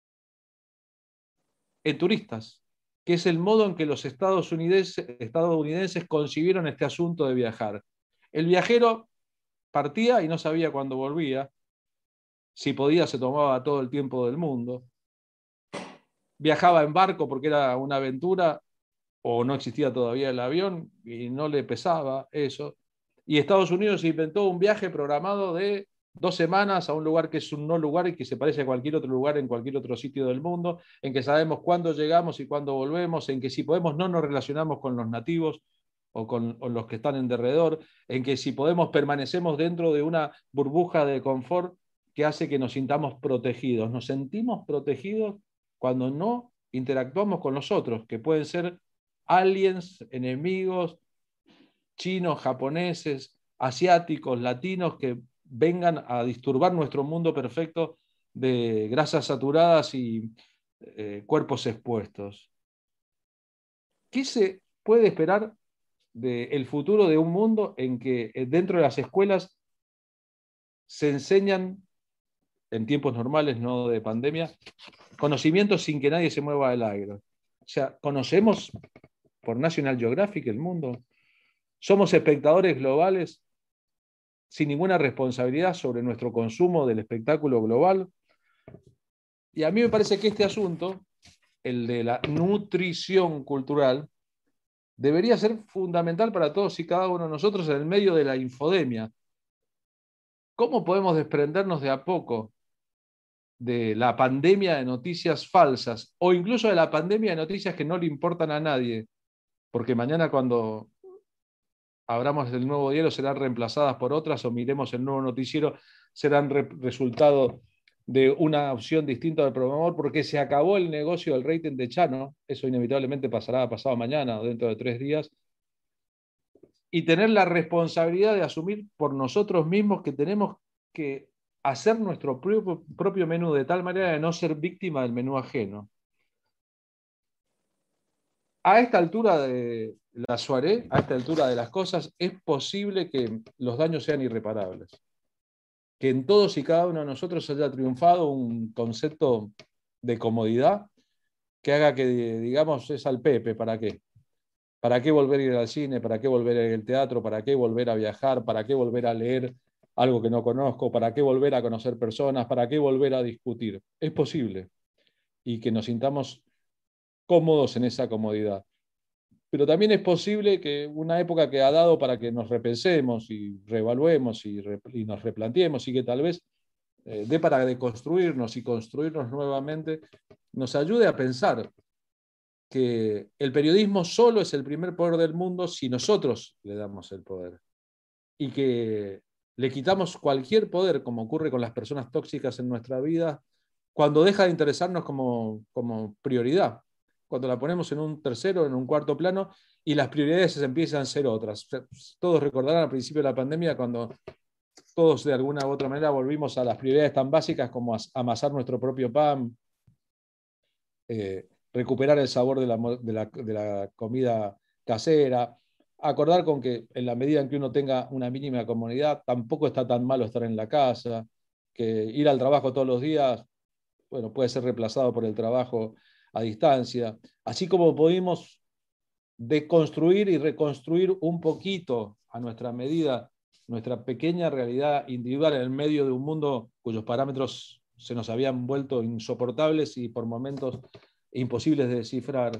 en turistas, que es el modo en que los estadounidenses concibieron este asunto de viajar. El viajero partía y no sabía cuándo volvía. Si podía, se tomaba todo el tiempo del mundo. Viajaba en barco porque era una aventura, o no existía todavía el avión y no le pesaba eso. Y Estados Unidos inventó un viaje programado de 2 semanas a un lugar que es un no lugar y que se parece a cualquier otro lugar en cualquier otro sitio del mundo, en que sabemos cuándo llegamos y cuándo volvemos, en que si podemos no nos relacionamos con los nativos o con los que están en derredor, en que si podemos permanecemos dentro de una burbuja de confort que hace que nos sintamos protegidos. Nos sentimos protegidos cuando no interactuamos con los otros, que pueden ser aliens, enemigos, chinos, japoneses, asiáticos, latinos, que vengan a disturbar nuestro mundo perfecto de grasas saturadas y cuerpos expuestos. ¿Qué se puede esperar del futuro de un mundo en que dentro de las escuelas se enseñan, en tiempos normales, no de pandemia, conocimientos sin que nadie se mueva del aire? O sea, conocemos por National Geographic el mundo. Somos espectadores globales sin ninguna responsabilidad sobre nuestro consumo del espectáculo global. Y a mí me parece que este asunto, el de la nutrición cultural, debería ser fundamental para todos y cada uno de nosotros en el medio de la infodemia. ¿Cómo podemos desprendernos de a poco de la pandemia de noticias falsas o incluso de la pandemia de noticias que no le importan a nadie? Porque mañana, cuando abramos el nuevo diario, serán reemplazadas por otras, o miremos el nuevo noticiero, serán resultado de una opción distinta del programador, porque se acabó el negocio del rating de Chano, eso inevitablemente pasará pasado mañana o dentro de 3 días, y tener la responsabilidad de asumir por nosotros mismos que tenemos que hacer nuestro propio menú de tal manera de no ser víctima del menú ajeno. A esta altura de la soirée, a esta altura de las cosas, es posible que los daños sean irreparables. Que en todos y cada uno de nosotros haya triunfado un concepto de comodidad que haga que, digamos, es al Pepe, ¿para qué? ¿Para qué volver a ir al cine? ¿Para qué volver a ir al teatro? ¿Para qué volver a viajar? ¿Para qué volver a leer algo que no conozco? ¿Para qué volver a conocer personas? ¿Para qué volver a discutir? Es posible. Y que nos sintamos cómodos en esa comodidad. Pero también es posible que una época que ha dado para que nos repensemos y reevaluemos y nos replanteemos y que tal vez dé para deconstruirnos y construirnos nuevamente, nos ayude a pensar que el periodismo solo es el primer poder del mundo si nosotros le damos el poder. Y que le quitamos cualquier poder, como ocurre con las personas tóxicas en nuestra vida, cuando deja de interesarnos como prioridad. Cuando la ponemos en un tercero, en un cuarto plano, y las prioridades empiezan a ser otras. Todos recordarán al principio de la pandemia cuando todos de alguna u otra manera volvimos a las prioridades tan básicas como amasar nuestro propio pan, recuperar el sabor de la comida casera, acordar con que en la medida en que uno tenga una mínima comodidad, tampoco está tan malo estar en la casa, que ir al trabajo todos los días, bueno, puede ser reemplazado por el trabajo a distancia, así como pudimos deconstruir y reconstruir un poquito a nuestra medida nuestra pequeña realidad individual en el medio de un mundo cuyos parámetros se nos habían vuelto insoportables y por momentos imposibles de descifrar.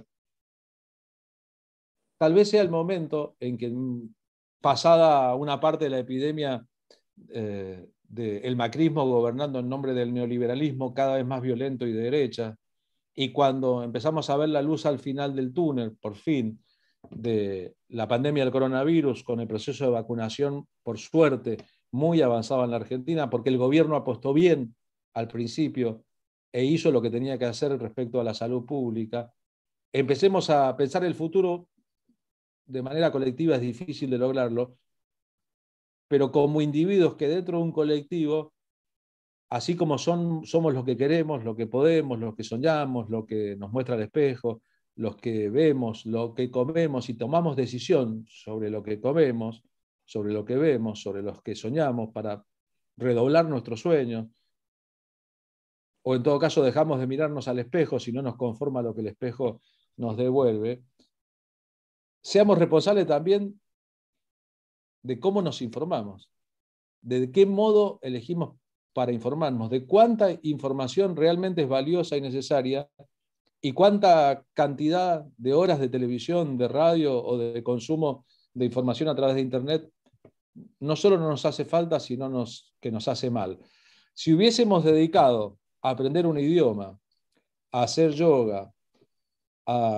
Tal vez sea el momento en que, pasada una parte de la epidemia del macrismo gobernando en nombre del neoliberalismo cada vez más violento y de derecha, y cuando empezamos a ver la luz al final del túnel, por fin, de la pandemia del coronavirus, con el proceso de vacunación, por suerte, muy avanzado en la Argentina, porque el gobierno apostó bien al principio e hizo lo que tenía que hacer respecto a la salud pública. Empecemos a pensar el futuro de manera colectiva, es difícil de lograrlo, pero como individuos que dentro de un colectivo, así como somos los que queremos, lo que podemos, lo que soñamos, lo que nos muestra el espejo, los que vemos, lo que comemos y tomamos decisión sobre lo que comemos, sobre lo que vemos, sobre los que soñamos para redoblar nuestros sueños, o en todo caso dejamos de mirarnos al espejo si no nos conforma lo que el espejo nos devuelve, seamos responsables también de cómo nos informamos, de qué modo elegimos para informarnos, de cuánta información realmente es valiosa y necesaria y cuánta cantidad de horas de televisión, de radio o de consumo de información a través de Internet no solo no nos hace falta, sino que nos hace mal. Si hubiésemos dedicado a aprender un idioma, a hacer yoga, a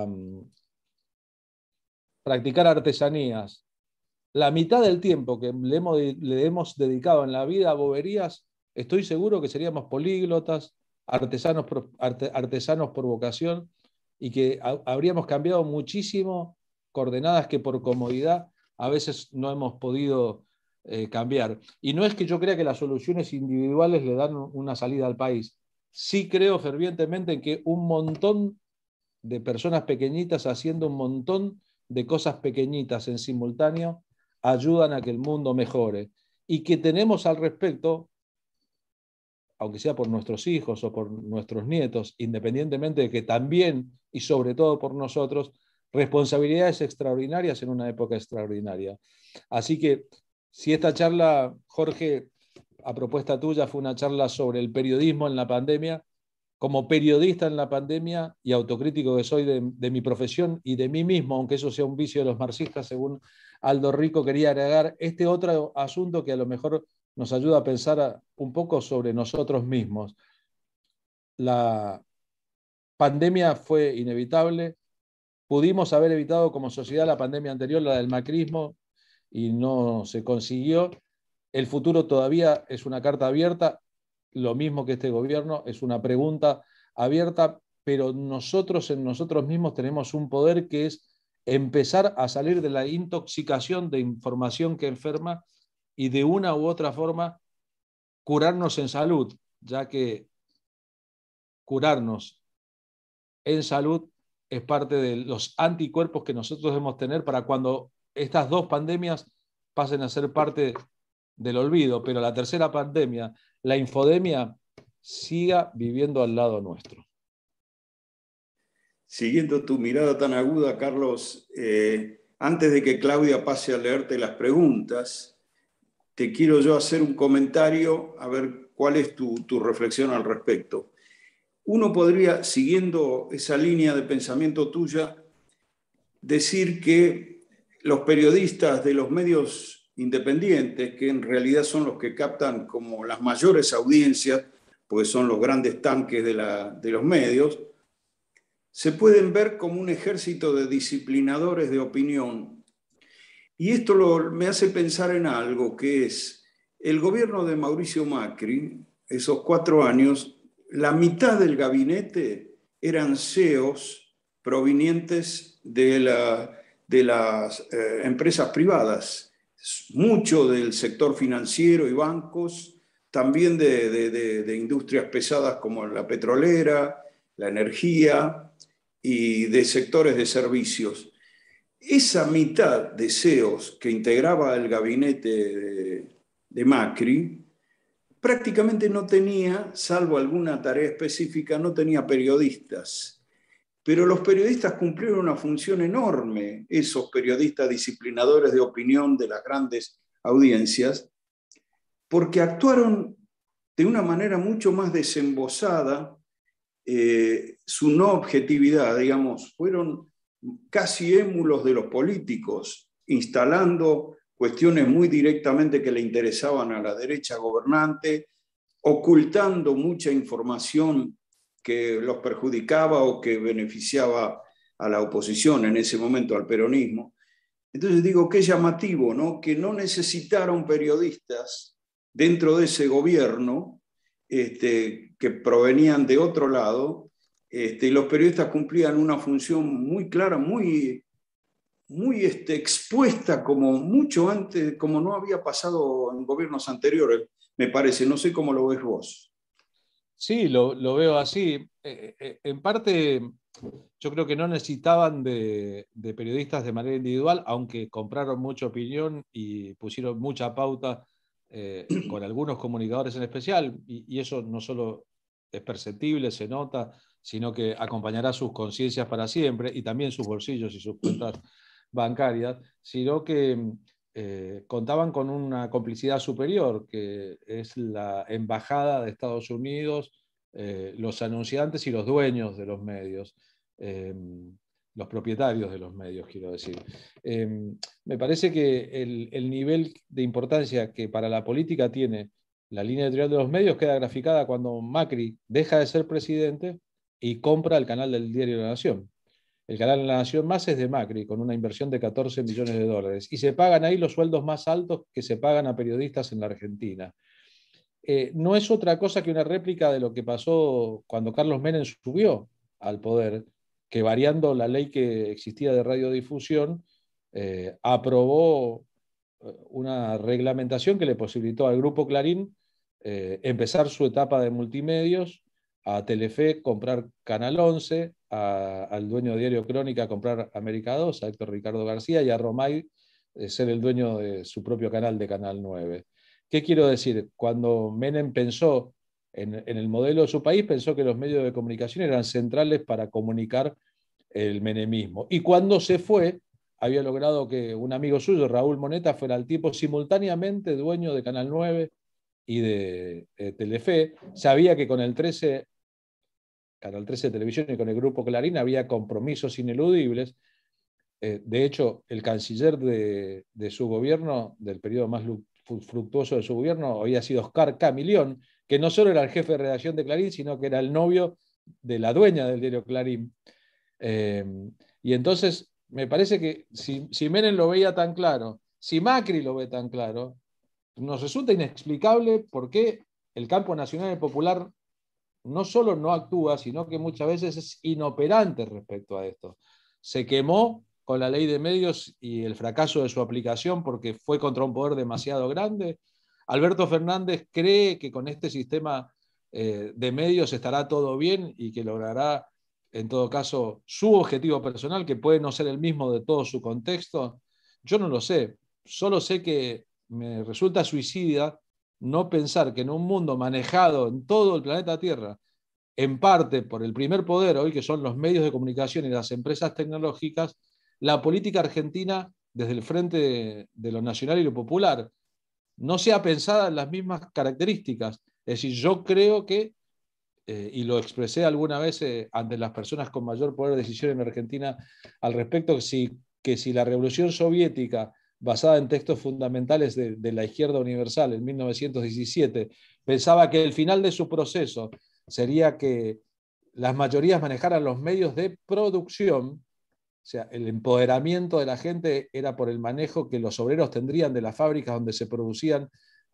practicar artesanías, la mitad del tiempo que le hemos dedicado en la vida a boberías, estoy seguro que seríamos políglotas, artesanos por vocación, y que habríamos cambiado muchísimo coordenadas que por comodidad a veces no hemos podido cambiar. Y no es que yo crea que las soluciones individuales le dan una salida al país. Sí creo fervientemente en que un montón de personas pequeñitas haciendo un montón de cosas pequeñitas en simultáneo ayudan a que el mundo mejore. Y que tenemos al respecto, aunque sea por nuestros hijos o por nuestros nietos, independientemente de que también y sobre todo por nosotros, responsabilidades extraordinarias en una época extraordinaria. Así que si esta charla, Jorge, a propuesta tuya, fue una charla sobre el periodismo en la pandemia, como periodista en la pandemia y autocrítico que soy de mi profesión y de mí mismo, aunque eso sea un vicio de los marxistas, según Aldo Rico, quería agregar este otro asunto que a lo mejor nos ayuda a pensar un poco sobre nosotros mismos. La pandemia fue inevitable, pudimos haber evitado como sociedad la pandemia anterior, la del macrismo, y no se consiguió. El futuro todavía es una carta abierta, lo mismo que este gobierno, es una pregunta abierta, pero nosotros en nosotros mismos tenemos un poder que es empezar a salir de la intoxicación de información que enferma y de una u otra forma curarnos en salud, ya que curarnos en salud es parte de los anticuerpos que nosotros debemos tener para cuando estas dos pandemias pasen a ser parte del olvido, pero la tercera pandemia, la infodemia, siga viviendo al lado nuestro. Siguiendo tu mirada tan aguda, Carlos, antes de que Claudia pase a leerte las preguntas, te quiero yo hacer un comentario, a ver cuál es tu reflexión al respecto. Uno podría, siguiendo esa línea de pensamiento tuya, decir que los periodistas de los medios independientes, que en realidad son los que captan como las mayores audiencias, pues son los grandes tanques de los medios, se pueden ver como un ejército de disciplinadores de opinión. Y esto me hace pensar en algo, que es el gobierno de Mauricio Macri, esos 4 años, la mitad del gabinete eran CEOs provenientes de las empresas privadas, mucho del sector financiero y bancos, también de industrias pesadas como la petrolera, la energía y de sectores de servicios. Esa mitad de CEOs que integraba el gabinete de Macri prácticamente no tenía, salvo alguna tarea específica, no tenía periodistas. Pero los periodistas cumplieron una función enorme, esos periodistas disciplinadores de opinión de las grandes audiencias, porque actuaron de una manera mucho más desembosada, su no objetividad, digamos, fueron casi émulos de los políticos, instalando cuestiones muy directamente que le interesaban a la derecha gobernante, ocultando mucha información que los perjudicaba o que beneficiaba a la oposición en ese momento, al peronismo. Entonces digo, qué llamativo, ¿no? Que no necesitaron periodistas dentro de ese gobierno que provenían de otro lado, y los periodistas cumplían una función muy clara, muy expuesta, como mucho antes, como no había pasado en gobiernos anteriores, me parece. No sé cómo lo ves vos. Sí, lo veo así. En parte, yo creo que no necesitaban de periodistas de manera individual, aunque compraron mucha opinión y pusieron mucha pauta con algunos comunicadores en especial, y eso no solo es perceptible, se nota, sino que acompañará sus conciencias para siempre y también sus bolsillos y sus cuentas bancarias, sino que contaban con una complicidad superior, que es la embajada de Estados Unidos, los anunciantes y los dueños de los medios, los propietarios de los medios, quiero decir. Me parece que el nivel de importancia que para la política tiene la línea editorial de los medios queda graficada cuando Macri deja de ser presidente y compra el canal del diario La Nación. El canal de La Nación Más es de Macri, con una inversión de 14 millones de dólares. Y se pagan ahí los sueldos más altos que se pagan a periodistas en la Argentina. No es otra cosa que una réplica de lo que pasó cuando Carlos Menem subió al poder, que variando la ley que existía de radiodifusión, aprobó una reglamentación que le posibilitó al Grupo Clarín empezar su etapa de multimedios, a Telefe comprar Canal 11, al dueño de Diario Crónica comprar América 2, a Héctor Ricardo García, y a Romay ser el dueño de su propio canal de Canal 9. ¿Qué quiero decir? Cuando Menem pensó en el modelo de su país, pensó que los medios de comunicación eran centrales para comunicar el menemismo. Y cuando se fue, había logrado que un amigo suyo, Raúl Moneta, fuera el tipo simultáneamente dueño de Canal 9 y de Telefe. Sabía que con el 13, Canal 13 de Televisión y con el Grupo Clarín había compromisos ineludibles. De hecho, el canciller de su gobierno, del periodo más fructuoso de su gobierno, había sido Oscar Camilión, que no solo era el jefe de redacción de Clarín, sino que era el novio de la dueña del diario Clarín. Y entonces me parece que si Menem lo veía tan claro Si Macri lo ve tan claro, nos resulta inexplicable por qué el campo nacional y popular no solo no actúa, sino que muchas veces es inoperante respecto a esto. Se quemó con la ley de medios y el fracaso de su aplicación porque fue contra un poder demasiado grande. Alberto Fernández cree que con este sistema de medios estará todo bien y que logrará, en todo caso, su objetivo personal, que puede no ser el mismo de todo su contexto. Yo no lo sé, solo sé que me resulta suicida no pensar que en un mundo manejado en todo el planeta Tierra, en parte por el primer poder hoy, que son los medios de comunicación y las empresas tecnológicas, la política argentina, desde el frente de lo nacional y lo popular, no sea pensada en las mismas características. Es decir, yo creo que, y lo expresé alguna vez ante las personas con mayor poder de decisión en Argentina al respecto, que si la revolución soviética, basada en textos fundamentales de la izquierda universal en 1917, pensaba que el final de su proceso sería que las mayorías manejaran los medios de producción, o sea, el empoderamiento de la gente era por el manejo que los obreros tendrían de las fábricas donde se producían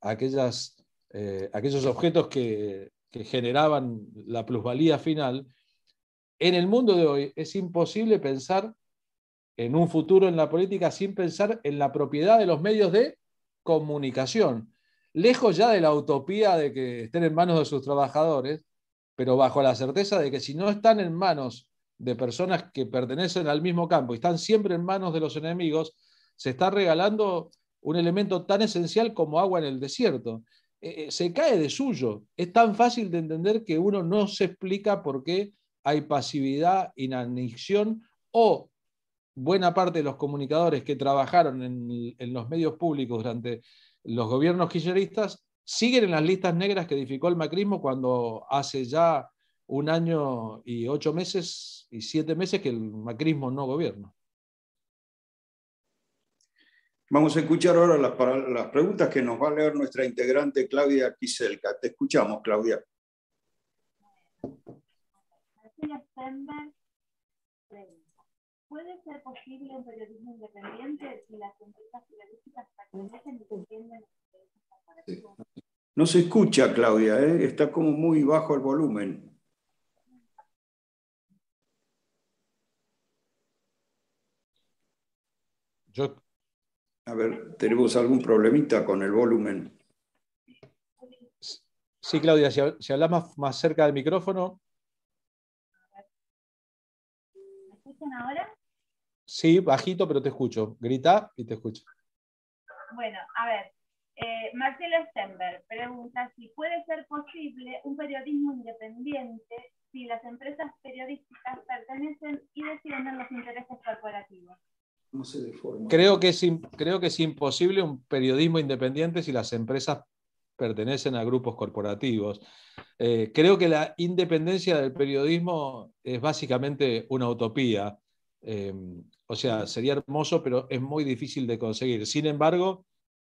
aquellos objetos que generaban la plusvalía final. En el mundo de hoy es imposible pensar en un futuro en la política sin pensar en la propiedad de los medios de comunicación. Lejos ya de la utopía de que estén en manos de sus trabajadores, pero bajo la certeza de que si no están en manos de personas que pertenecen al mismo campo y están siempre en manos de los enemigos, se está regalando un elemento tan esencial como agua en el desierto. Se cae de suyo. Es tan fácil de entender que uno no se explica por qué hay pasividad, inanición o buena parte de los comunicadores que trabajaron en los medios públicos durante los gobiernos kirchneristas siguen en las listas negras que edificó el macrismo cuando hace ya 1 año y 8 meses y 7 meses que el macrismo no gobierna. Vamos a escuchar ahora las preguntas que nos va a leer nuestra integrante Claudia Kiselka. Te escuchamos, Claudia. ¿Puede ser posible un periodismo independiente si las empresas periodísticas pertenecen y defienden los intereses corporativos? No se escucha, Claudia, ¿eh? Está como muy bajo el volumen. A ver, ¿tenemos algún problemita con el volumen? Sí, Claudia, si hablas más cerca del micrófono. ¿Me escuchan ahora? Sí, bajito, pero te escucho. Grita y te escucho. Bueno, a ver. Marcelo Stenberg pregunta si puede ser posible un periodismo independiente si las empresas periodísticas pertenecen y defienden los intereses corporativos. ¿Cómo se deforma? Creo que es imposible un periodismo independiente si las empresas pertenecen a grupos corporativos. Creo que la independencia del periodismo es básicamente una utopía. O sea, sería hermoso, pero es muy difícil de conseguir. Sin embargo,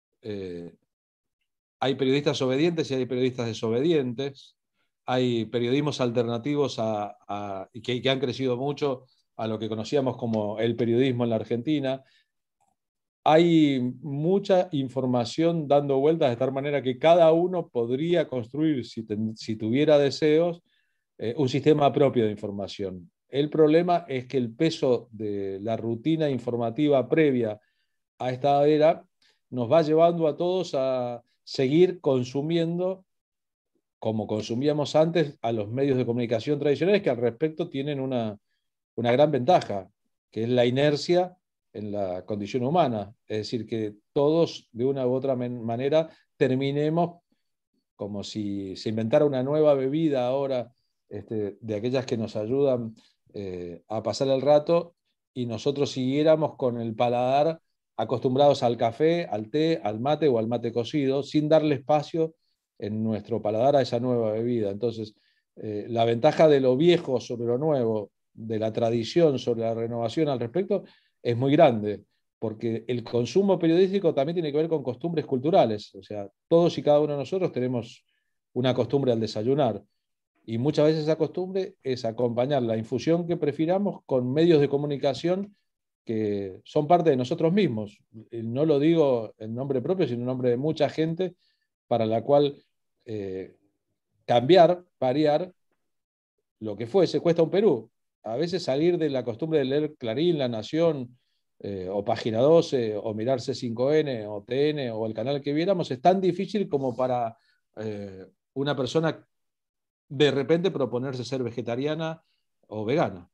hay periodistas obedientes y hay periodistas desobedientes. Hay periodismos alternativos que han crecido mucho a lo que conocíamos como el periodismo en la Argentina. Hay mucha información dando vueltas de tal manera que cada uno podría construir, si tuviera deseos, un sistema propio de información. El problema es que el peso de la rutina informativa previa a esta era nos va llevando a todos a seguir consumiendo, como consumíamos antes, a los medios de comunicación tradicionales que al respecto tienen una gran ventaja, que es la inercia en la condición humana. Es decir, que todos, de una u otra manera, terminemos como si se inventara una nueva bebida ahora, de aquellas que nos ayudan a pasar el rato, y nosotros siguiéramos con el paladar acostumbrados al café, al té, al mate o al mate cocido, sin darle espacio en nuestro paladar a esa nueva bebida. Entonces, la ventaja de lo viejo sobre lo nuevo, de la tradición sobre la renovación al respecto, es muy grande, porque el consumo periodístico también tiene que ver con costumbres culturales. O sea, todos y cada uno de nosotros tenemos una costumbre al desayunar, y muchas veces esa costumbre es acompañar la infusión que prefiramos con medios de comunicación que son parte de nosotros mismos. No lo digo en nombre propio, sino en nombre de mucha gente para la cual cambiar, variar, lo que fuese, cuesta un Perú. A veces salir de la costumbre de leer Clarín, La Nación, o Página 12, o mirar C5N, o TN, o el canal que viéramos, es tan difícil como para una persona de repente proponerse ser vegetariana o vegana.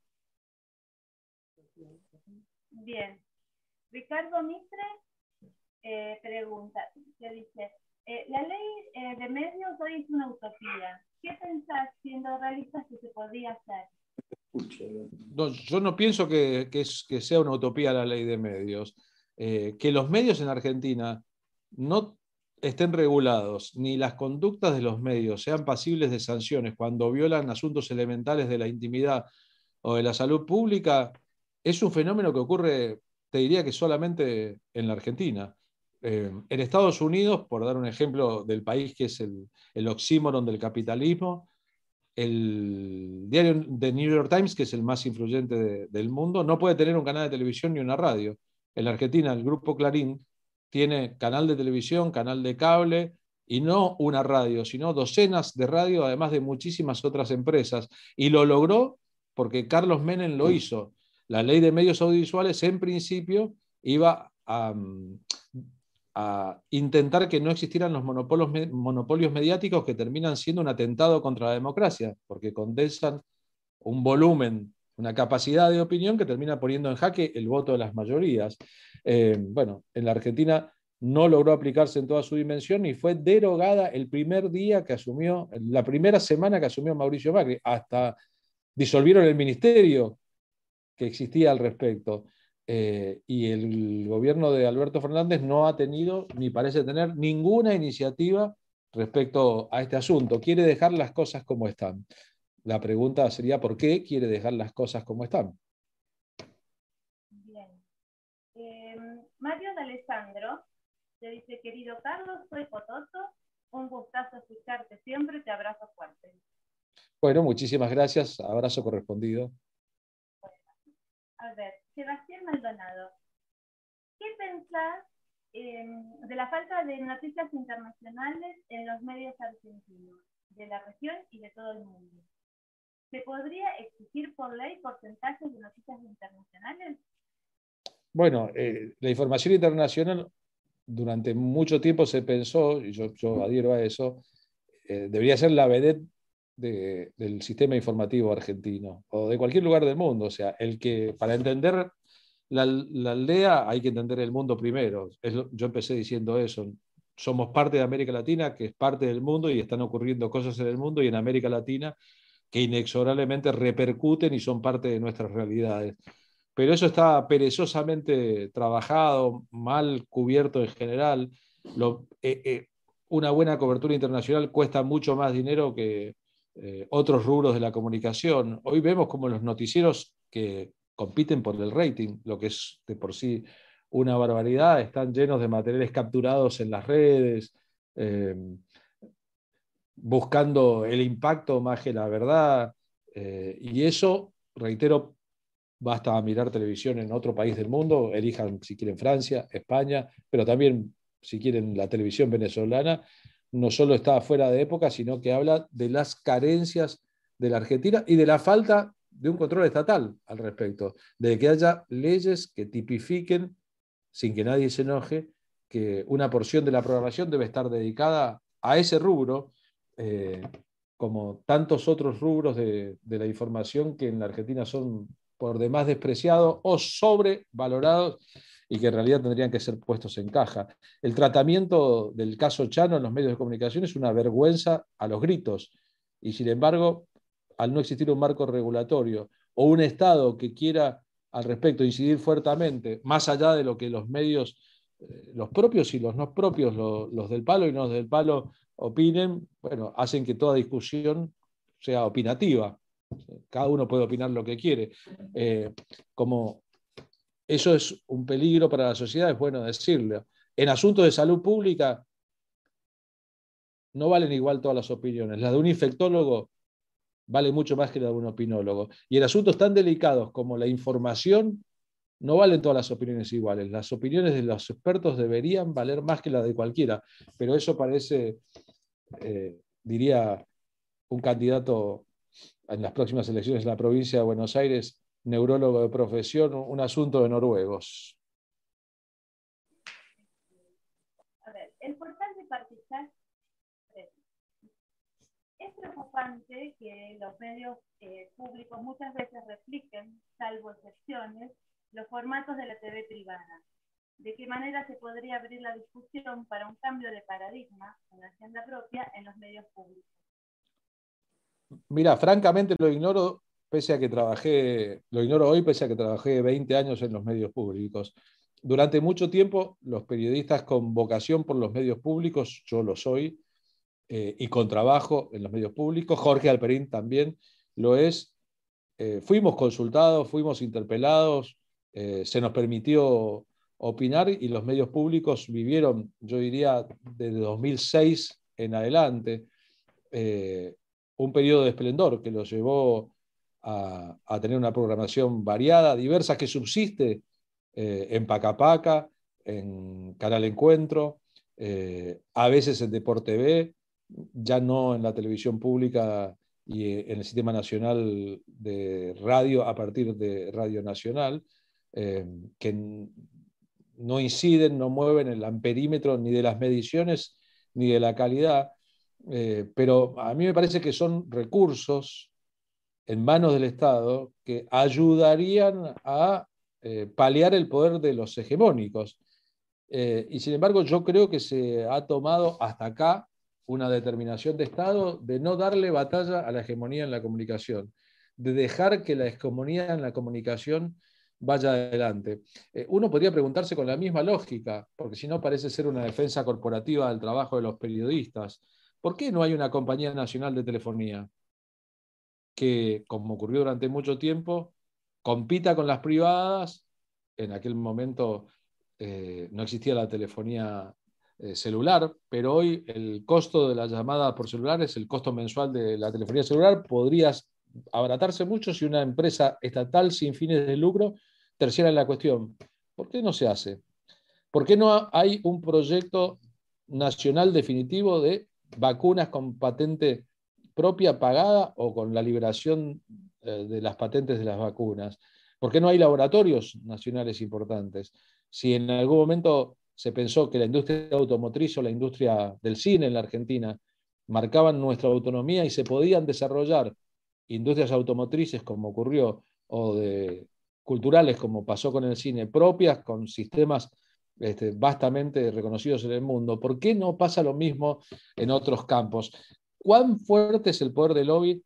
Bien. Ricardo Mitre pregunta, que dice, la ley de medios hoy es una utopía. ¿Qué pensás, siendo realistas, que se podría hacer? No, yo no pienso que sea una utopía la ley de medios. Que los medios en Argentina no estén regulados, ni las conductas de los medios sean pasibles de sanciones cuando violan asuntos elementales de la intimidad o de la salud pública, es un fenómeno que ocurre, te diría que solamente en la Argentina. En Estados Unidos, por dar un ejemplo del país que es el oxímoron del capitalismo, el diario The New York Times, que es el más influyente del mundo, no puede tener un canal de televisión ni una radio. En la Argentina, el grupo Clarín tiene canal de televisión, canal de cable, y no una radio, sino docenas de radio, además de muchísimas otras empresas. Y lo logró porque Carlos Menem lo hizo. La ley de medios audiovisuales, en principio, iba a intentar que no existieran los monopolios mediáticos que terminan siendo un atentado contra la democracia, porque condensan un volumen, una capacidad de opinión que termina poniendo en jaque el voto de las mayorías. Bueno, en la Argentina no logró aplicarse en toda su dimensión y fue derogada el primer día que asumió, la primera semana que asumió Mauricio Macri, hasta disolvieron el ministerio que existía al respecto. Y el gobierno de Alberto Fernández no ha tenido, ni parece tener, ninguna iniciativa respecto a este asunto. Quiere dejar las cosas como están. La pregunta sería, ¿por qué quiere dejar las cosas como están? Bien. Mario de Alessandro te dice, querido Carlos, soy Pototo, un gustazo escucharte siempre, te abrazo fuerte. Bueno, muchísimas gracias, abrazo correspondido. A ver, Sebastián Maldonado, ¿qué pensás de la falta de noticias internacionales en los medios argentinos, de la región y de todo el mundo? ¿Se podría exigir por ley porcentajes de noticias internacionales? Bueno, la información internacional durante mucho tiempo se pensó, y yo adhiero a eso, debería ser la vedette del sistema informativo argentino o de cualquier lugar del mundo. O sea, el que para entender la aldea hay que entender el mundo primero. Yo empecé diciendo eso. Somos parte de América Latina, que es parte del mundo, y están ocurriendo cosas en el mundo y en América Latina que inexorablemente repercuten y son parte de nuestras realidades. Pero eso está perezosamente trabajado, mal cubierto en general. Una buena cobertura internacional cuesta mucho más dinero que otros rubros de la comunicación. Hoy vemos como los noticieros que compiten por el rating, lo que es de por sí una barbaridad, están llenos de materiales capturados en las redes, buscando el impacto más que la verdad, y eso, reitero, basta mirar televisión en otro país del mundo, elijan si quieren Francia, España, pero también si quieren la televisión venezolana, no solo está fuera de época, sino que habla de las carencias de la Argentina y de la falta de un control estatal al respecto, de que haya leyes que tipifiquen, sin que nadie se enoje, que una porción de la programación debe estar dedicada a ese rubro, como tantos otros rubros de la información que en la Argentina son por demás despreciados o sobrevalorados y que en realidad tendrían que ser puestos en caja. El tratamiento del caso Chano en los medios de comunicación es una vergüenza a los gritos, y sin embargo, al no existir un marco regulatorio o un Estado que quiera al respecto incidir fuertemente, más allá de lo que los medios, los propios y los no propios, los del palo y no los del palo opinen, bueno, hacen que toda discusión sea opinativa. Cada uno puede opinar lo que quiere. Como eso es un peligro para la sociedad, es bueno decirlo. En asuntos de salud pública no valen igual todas las opiniones. La de un infectólogo vale mucho más que la de un opinólogo. Y en asuntos tan delicados como la información, no valen todas las opiniones iguales. Las opiniones de los expertos deberían valer más que las de cualquiera, pero eso parece, diría un candidato en las próximas elecciones en la provincia de Buenos Aires, neurólogo de profesión, un asunto de noruegos. A ver, el portal de Partizan es preocupante que los medios públicos muchas veces repliquen, salvo excepciones, los formatos de la TV privada. ¿De qué manera se podría abrir la discusión para un cambio de paradigma, una agenda propia en los medios públicos? Mira, francamente lo ignoro, pese a que lo ignoro hoy, pese a que trabajé 20 años en los medios públicos. Durante mucho tiempo, los periodistas con vocación por los medios públicos, yo lo soy, y con trabajo en los medios públicos, Jorge Alperín también lo es, fuimos consultados, fuimos interpelados, se nos permitió opinar y los medios públicos vivieron, yo diría, desde 2006 en adelante, un periodo de esplendor que los llevó a tener una programación variada, diversa, que subsiste en Pacapaca, en Canal Encuentro, a veces en Deporte TV, ya no en la televisión pública y en el Sistema Nacional de Radio a partir de Radio Nacional, que no inciden, no mueven el amperímetro ni de las mediciones ni de la calidad, pero a mí me parece que son recursos en manos del Estado que ayudarían a paliar el poder de los hegemónicos. Y sin embargo, yo creo que se ha tomado hasta acá una determinación de Estado de no darle batalla a la hegemonía en la comunicación, de dejar que la hegemonía en la comunicación vaya adelante. Uno podría preguntarse con la misma lógica, porque si no parece ser una defensa corporativa del trabajo de los periodistas, ¿por qué no hay una compañía nacional de telefonía que, como ocurrió durante mucho tiempo, compita con las privadas? En aquel momento no existía la telefonía celular, pero hoy el costo de la llamada por celular es el costo mensual de la telefonía celular. Podría abaratarse mucho si una empresa estatal sin fines de lucro terciara en la cuestión. ¿Por qué no se hace? ¿Por qué no hay un proyecto nacional definitivo de vacunas con patente propia pagada o con la liberación de las patentes de las vacunas? ¿Por qué no hay laboratorios nacionales importantes? Si en algún momento se pensó que la industria automotriz o la industria del cine en la Argentina marcaban nuestra autonomía y se podían desarrollar industrias automotrices como ocurrió, o de culturales como pasó con el cine, propias, con sistemas vastamente reconocidos en el mundo, ¿por qué no pasa lo mismo en otros campos? ¿Cuán fuerte es el poder del lobby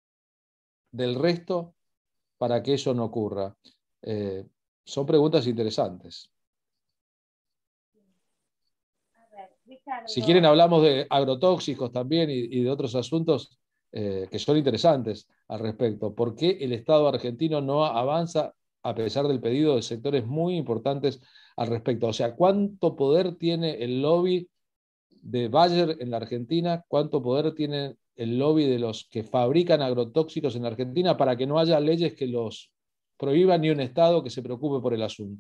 del resto para que eso no ocurra? Son preguntas interesantes. Ricardo. Si quieren hablamos de agrotóxicos también y de otros asuntos que son interesantes al respecto. ¿Por qué el Estado argentino no avanza a pesar del pedido de sectores muy importantes al respecto? O sea, ¿cuánto poder tiene el lobby de Bayer en la Argentina? ¿Cuánto poder tiene el lobby de los que fabrican agrotóxicos en la Argentina para que no haya leyes que los prohíban ni un Estado que se preocupe por el asunto?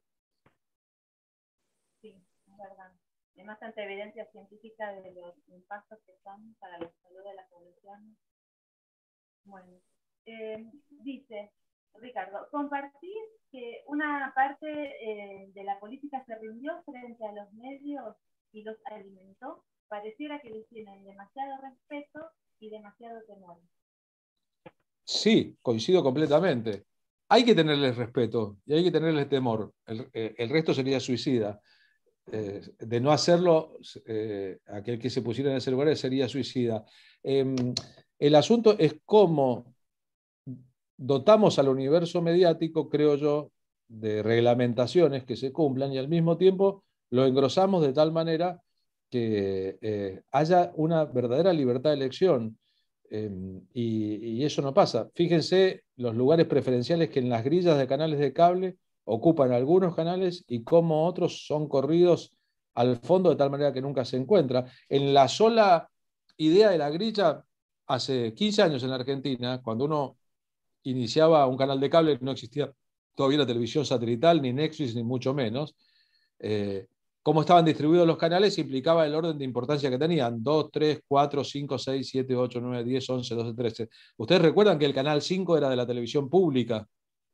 Hay bastante evidencia científica de los impactos que son para la salud de la población. Bueno, dice Ricardo, compartir que una parte de la política se rindió frente a los medios y los alimentó. Pareciera que les tienen demasiado respeto y demasiado temor. Sí, coincido completamente. Hay que tenerles respeto y hay que tenerles temor. El resto sería suicida. De no hacerlo, aquel que se pusiera en ese lugar sería suicida. El asunto es cómo dotamos al universo mediático, creo yo, de reglamentaciones que se cumplan y al mismo tiempo lo engrosamos de tal manera que haya una verdadera libertad de elección. Y eso no pasa. Fíjense los lugares preferenciales que en las grillas de canales de cable ocupan algunos canales y cómo otros son corridos al fondo de tal manera que nunca se encuentra. En la sola idea de la grilla, hace 15 años en la Argentina, cuando uno iniciaba un canal de cable, no existía todavía la televisión satelital, ni Netflix, ni mucho menos. Cómo estaban distribuidos los canales implicaba el orden de importancia que tenían: 2, 3, 4, 5, 6, 7, 8, 9, 10, 11, 12, 13. ¿Ustedes recuerdan que el canal 5 era de la televisión pública?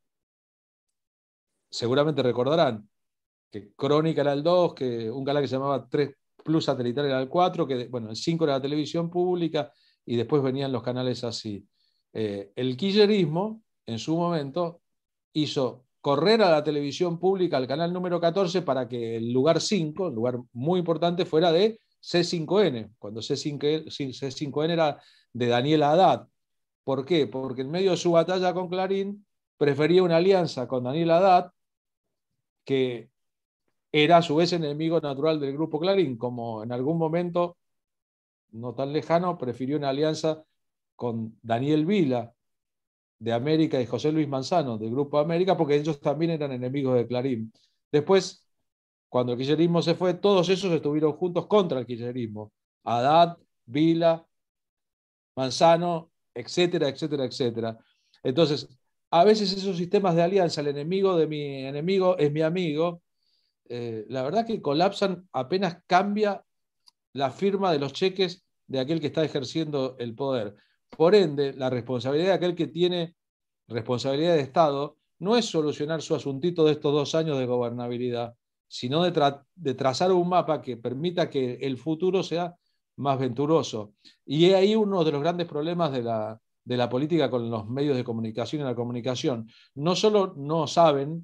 Seguramente recordarán que Crónica era el 2, que un canal que se llamaba 3 Plus satelital era el 4, que bueno, el 5 era la televisión pública, y después venían los canales así. El kirchnerismo, en su momento, hizo correr a la televisión pública al canal número 14 para que el lugar 5, el lugar muy importante, fuera de C5N, cuando C5N era de Daniel Haddad. ¿Por qué? Porque en medio de su batalla con Clarín prefería una alianza con Daniel Haddad, que era a su vez enemigo natural del Grupo Clarín, como en algún momento no tan lejano prefirió una alianza con Daniel Vila de América y José Luis Manzano del Grupo América, porque ellos también eran enemigos de Clarín. Después, cuando el kirchnerismo se fue, todos esos estuvieron juntos contra el kirchnerismo: Haddad, Vila, Manzano, etcétera, etcétera, etcétera. Entonces, a veces esos sistemas de alianza, el enemigo de mi enemigo es mi amigo, la verdad que colapsan apenas cambia la firma de los cheques de aquel que está ejerciendo el poder. Por ende, la responsabilidad de aquel que tiene responsabilidad de Estado no es solucionar su asuntito de estos 2 años de gobernabilidad, sino de trazar un mapa que permita que el futuro sea más venturoso. Y es ahí uno de los grandes problemas de la política con los medios de comunicación y la comunicación. No solo no saben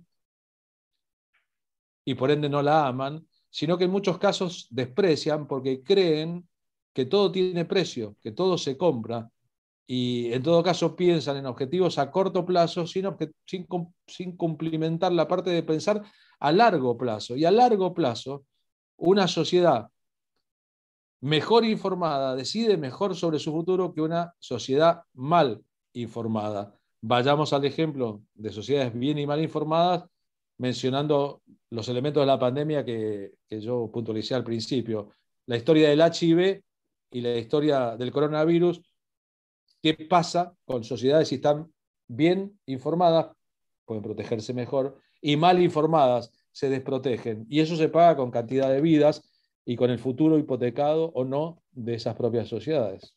y por ende no la aman, sino que en muchos casos desprecian porque creen que todo tiene precio, que todo se compra, y en todo caso piensan en objetivos a corto plazo sin cumplimentar la parte de pensar a largo plazo. Y a largo plazo, una sociedad mejor informada decide mejor sobre su futuro que una sociedad mal informada. Vayamos al ejemplo de sociedades bien y mal informadas, mencionando los elementos de la pandemia que yo puntualicé al principio. La historia del HIV y la historia del coronavirus. ¿Qué pasa con sociedades si están bien informadas? Pueden protegerse mejor, y mal informadas se desprotegen. Y eso se paga con cantidad de vidas y con el futuro hipotecado o no de esas propias sociedades.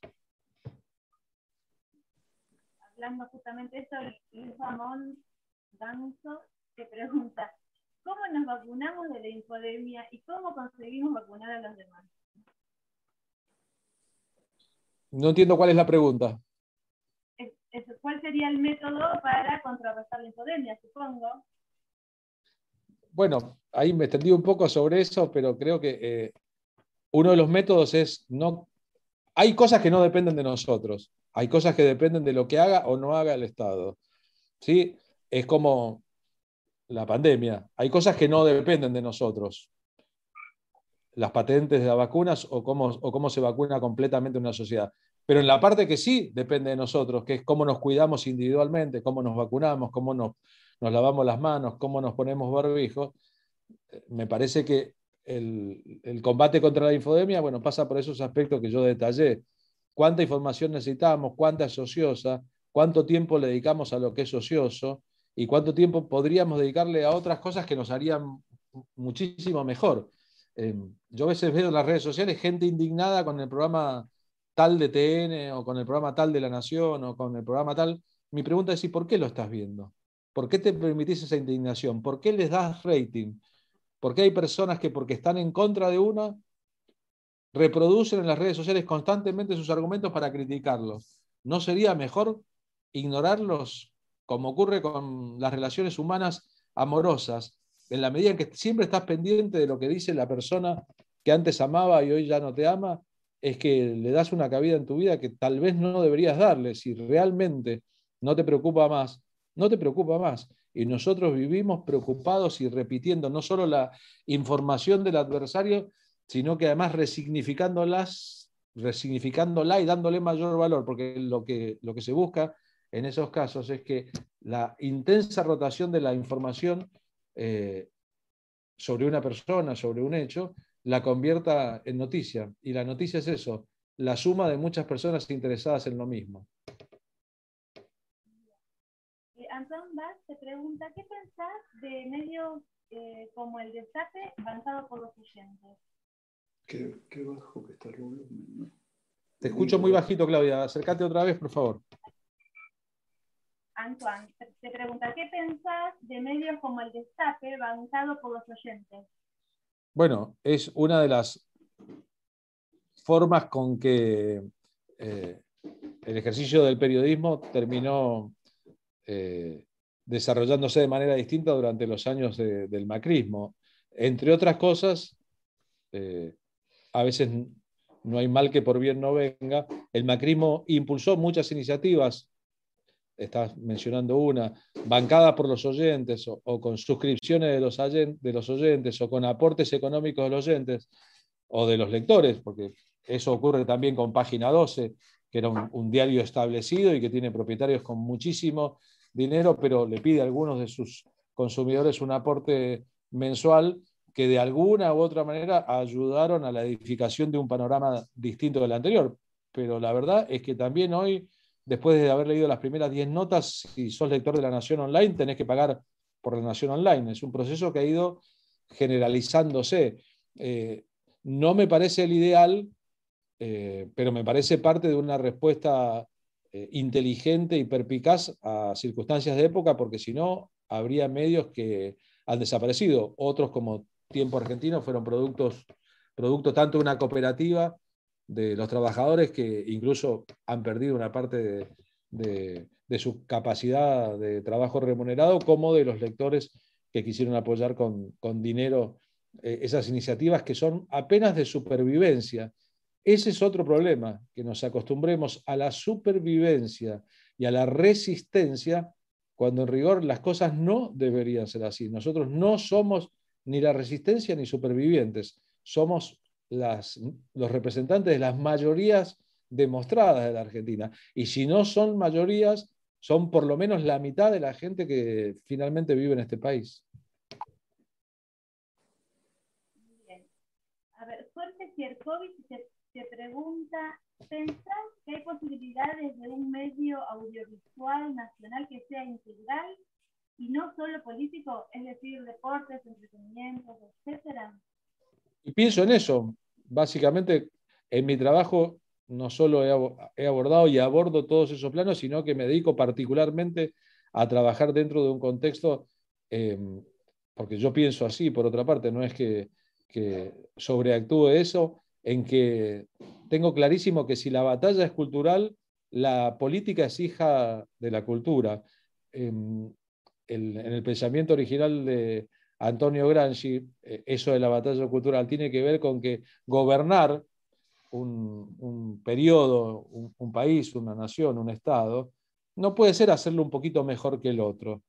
Hablando justamente de esto, Luis Ramón Danzo te pregunta: ¿cómo nos vacunamos de la infodemia y cómo conseguimos vacunar a los demás? No entiendo cuál es la pregunta. ¿Cuál sería el método para contrarrestar la infodemia, supongo? Bueno, ahí me extendí un poco sobre eso, pero creo que uno de los métodos es no... Hay cosas que no dependen de nosotros, hay cosas que dependen de lo que haga o no haga el Estado. ¿Sí? Es como la pandemia. Hay cosas que no dependen de nosotros. Las patentes de las vacunas o cómo se vacuna completamente una sociedad. Pero en la parte que sí depende de nosotros, que es cómo nos cuidamos individualmente, cómo nos vacunamos, cómo nos lavamos las manos, cómo nos ponemos barbijos, me parece que el combate contra la infodemia, bueno, pasa por esos aspectos que yo detallé. ¿Cuánta información necesitamos? ¿Cuánta es ociosa? ¿Cuánto tiempo le dedicamos a lo que es ocioso? ¿Y cuánto tiempo podríamos dedicarle a otras cosas que nos harían muchísimo mejor? Yo a veces veo en las redes sociales gente indignada con el programa tal de TN o con el programa tal de La Nación o con el programa tal. Mi pregunta es: ¿y por qué lo estás viendo? ¿Por qué te permitís esa indignación? ¿Por qué les das rating? Porque hay personas que, porque están en contra de una, reproducen en las redes sociales constantemente sus argumentos para criticarlos. ¿No sería mejor ignorarlos, como ocurre con las relaciones humanas amorosas, en la medida en que siempre estás pendiente de lo que dice la persona que antes amaba y hoy ya no te ama? Es que le das una cabida en tu vida que tal vez no deberías darle. Si realmente no te preocupa más, no te preocupa más. Y nosotros vivimos preocupados y repitiendo no solo la información del adversario, sino que además resignificándola y dándole mayor valor, porque lo que se busca en esos casos es que la intensa rotación de la información sobre una persona, sobre un hecho, la convierta en noticia. Y la noticia es eso, la suma de muchas personas interesadas en lo mismo. Antoine Vaz te pregunta, ¿qué pensás de medios como el Destape, bancado por los oyentes? Qué bajo que está el volumen, ¿no? Te escucho muy bajito, Claudia. Acércate otra vez, por favor. Antoine te pregunta, ¿qué pensás de medios como el Destape, bancado por los oyentes? Bueno, es una de las formas con que el ejercicio del periodismo terminó desarrollándose de manera distinta durante los años del macrismo. Entre otras cosas, a veces no hay mal que por bien no venga, el macrismo impulsó muchas iniciativas, estás mencionando una, bancada por los oyentes o con suscripciones de los oyentes o con aportes económicos de los oyentes o de los lectores, porque eso ocurre también con Página 12, que era un diario establecido y que tiene propietarios con muchísimo dinero, pero le pide a algunos de sus consumidores un aporte mensual que de alguna u otra manera ayudaron a la edificación de un panorama distinto del anterior. Pero la verdad es que también hoy, después de haber leído las primeras 10 notas, si sos lector de La Nación Online, tenés que pagar por La Nación Online. Es un proceso que ha ido generalizándose. No me parece el ideal, pero me parece parte de una respuesta inteligente y perspicaz a circunstancias de época, porque si no, habría medios que han desaparecido. Otros, como Tiempo Argentino, fueron producto tanto de una cooperativa de los trabajadores que incluso han perdido una parte de su capacidad de trabajo remunerado, como de los lectores que quisieron apoyar con dinero esas iniciativas que son apenas de supervivencia. Ese es otro problema, que nos acostumbremos a la supervivencia y a la resistencia, cuando en rigor las cosas no deberían ser así. Nosotros no somos ni la resistencia ni supervivientes, somos los representantes de las mayorías demostradas de la Argentina. Y si no son mayorías, son por lo menos la mitad de la gente que finalmente vive en este país. Bien. A ver, Jorge Cierkovic te pregunta, ¿pensás que hay posibilidades de un medio audiovisual nacional que sea integral y no solo político, es decir, deportes, entretenimientos, etcétera? Y pienso en eso. Básicamente, en mi trabajo no solo he abordado y abordo todos esos planos, sino que me dedico particularmente a trabajar dentro de un contexto, porque yo pienso así, por otra parte, no es que sobreactúe eso, en que tengo clarísimo que si la batalla es cultural, la política es hija de la cultura. En el pensamiento original de Antonio Gramsci, eso de la batalla cultural tiene que ver con que gobernar un periodo, un país, una nación, un Estado, no puede ser hacerlo un poquito mejor que el otro.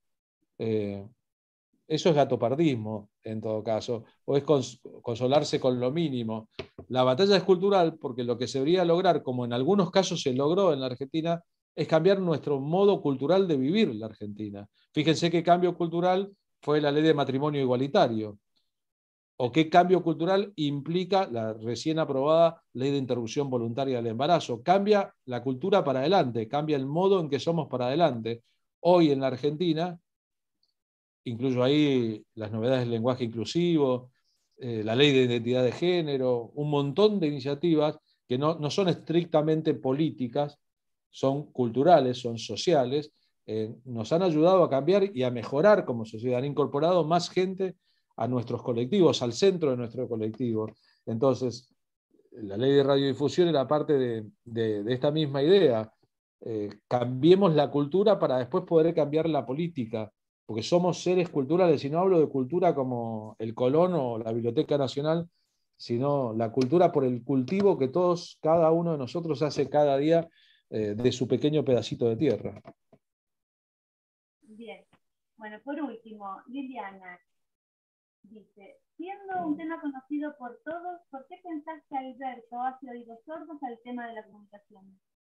Eso es gatopardismo, en todo caso, o es consolarse con lo mínimo. La batalla es cultural porque lo que se debería lograr, como en algunos casos se logró en la Argentina, es cambiar nuestro modo cultural de vivir la Argentina. Fíjense qué cambio cultural fue la ley de matrimonio igualitario, o qué cambio cultural implica la recién aprobada ley de interrupción voluntaria del embarazo. Cambia la cultura para adelante, cambia el modo en que somos para adelante. Hoy en la Argentina, incluyo ahí las novedades del lenguaje inclusivo, la ley de identidad de género, un montón de iniciativas que no son estrictamente políticas, son culturales, son sociales, nos han ayudado a cambiar y a mejorar como sociedad, han incorporado más gente a nuestros colectivos, al centro de nuestro colectivo. Entonces, la ley de radiodifusión era parte de esta misma idea. Cambiemos la cultura para después poder cambiar la política, porque somos seres culturales, y no hablo de cultura como el Colón o la Biblioteca Nacional, sino la cultura por el cultivo que todos, cada uno de nosotros hace cada día de su pequeño pedacito de tierra. Bien. Bueno, por último, Liliana dice, siendo un tema conocido por todos, ¿por qué pensás que Alberto hace oídos sordos al tema de la comunicación?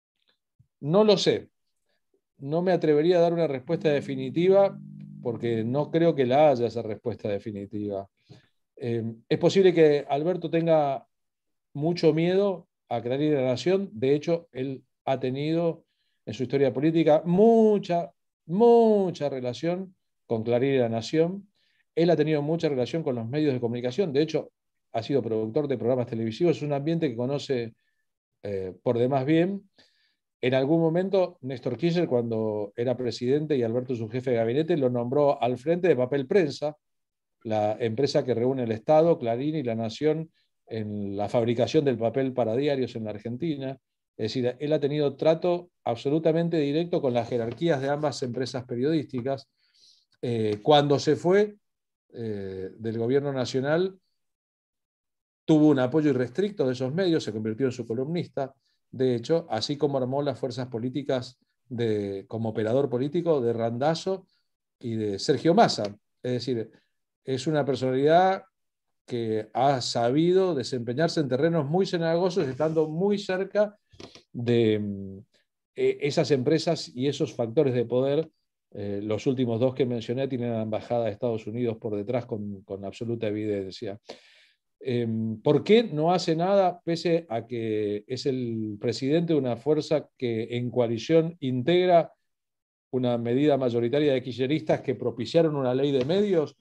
No lo sé. No me atrevería a dar una respuesta definitiva porque no creo que la haya esa respuesta definitiva. Es posible que Alberto tenga mucho miedo a Clarín y La Nación. De hecho, él ha tenido en su historia política mucha mucha relación con Clarín y La Nación. Él ha tenido mucha relación con los medios de comunicación. De hecho, ha sido productor de programas televisivos. Es un ambiente que conoce por demás bien. En algún momento, Néstor Kirchner, cuando era presidente y Alberto su jefe de gabinete, lo nombró al frente de Papel Prensa, la empresa que reúne el Estado, Clarín y La Nación en la fabricación del papel para diarios en la Argentina. Es decir, él ha tenido trato absolutamente directo con las jerarquías de ambas empresas periodísticas. Cuando se fue del gobierno nacional, tuvo un apoyo irrestricto de esos medios, se convirtió en su columnista, de hecho, así como armó las fuerzas políticas como operador político de Randazzo y de Sergio Massa. Es decir, es una personalidad que ha sabido desempeñarse en terrenos muy cenagosos, estando muy cerca de esas empresas y esos factores de poder. Los últimos dos que mencioné tienen la embajada de Estados Unidos por detrás con absoluta evidencia. ¿Por qué no hace nada pese a que es el presidente de una fuerza que en coalición integra una medida mayoritaria de kirchneristas que propiciaron una ley de medios?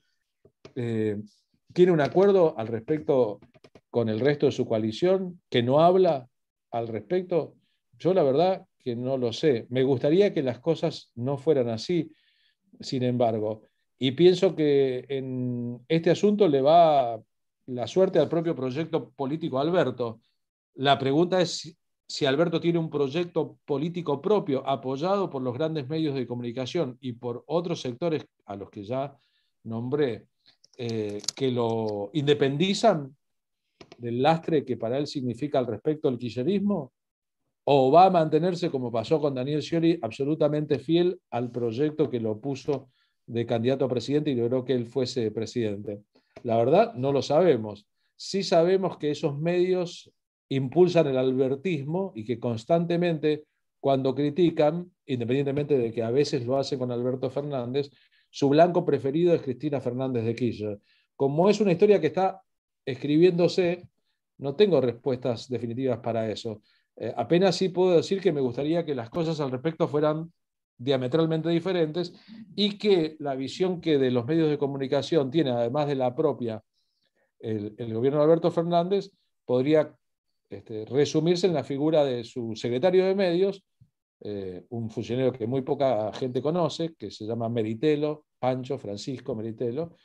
¿Tiene un acuerdo al respecto con el resto de su coalición que no habla al respecto? Yo la verdad que no lo sé. Me gustaría que las cosas no fueran así, sin embargo. Y pienso que en este asunto le va la suerte al propio proyecto político Alberto. La pregunta es si Alberto tiene un proyecto político propio apoyado por los grandes medios de comunicación y por otros sectores a los que ya nombré, que lo independizan del lastre que para él significa al respecto el kirchnerismo, o va a mantenerse, como pasó con Daniel Scioli, absolutamente fiel al proyecto que lo puso de candidato a presidente y logró que él fuese presidente. La verdad, no lo sabemos. Sí sabemos que esos medios impulsan el albertismo y que constantemente, cuando critican, independientemente de que a veces lo hacen con Alberto Fernández, su blanco preferido es Cristina Fernández de Kirchner. Como es una historia que está escribiéndose, no tengo respuestas definitivas para eso. Apenas sí puedo decir que me gustaría que las cosas al respecto fueran diametralmente diferentes y que la visión que de los medios de comunicación tiene, además de la propia, el gobierno de Alberto Fernández, podría resumirse en la figura de su secretario de medios, un funcionario que muy poca gente conoce, que se llama Meritelo, Pancho Francisco Meritelo,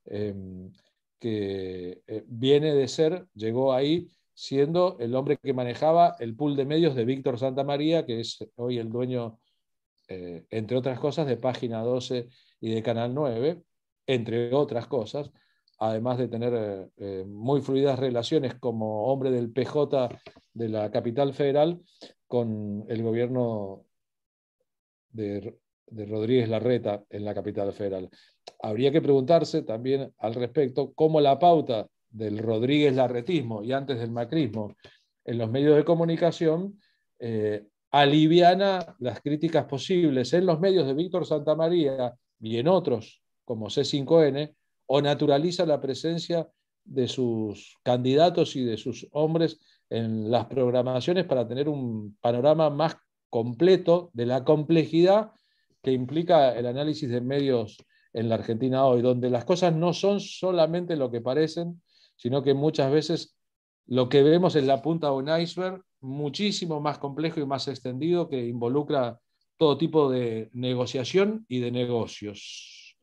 que viene de ser, llegó ahí siendo el hombre que manejaba el pool de medios de Víctor Santamaría, que es hoy el dueño, entre otras cosas, de Página 12 y de Canal 9, entre otras cosas, además de tener muy fluidas relaciones como hombre del PJ de la capital federal con el gobierno de Rodríguez Larreta en la capital federal. Habría que preguntarse también al respecto cómo la pauta del Rodríguez Larretismo y antes del macrismo en los medios de comunicación aliviana las críticas posibles en los medios de Víctor Santamaría y en otros como C5N, o naturaliza la presencia de sus candidatos y de sus hombres en las programaciones para tener un panorama más completo de la complejidad que implica el análisis de medios en la Argentina hoy, donde las cosas no son solamente lo que parecen, sino que muchas veces lo que vemos es la punta de un iceberg muchísimo más complejo y más extendido que involucra todo tipo de negociación y de negocios.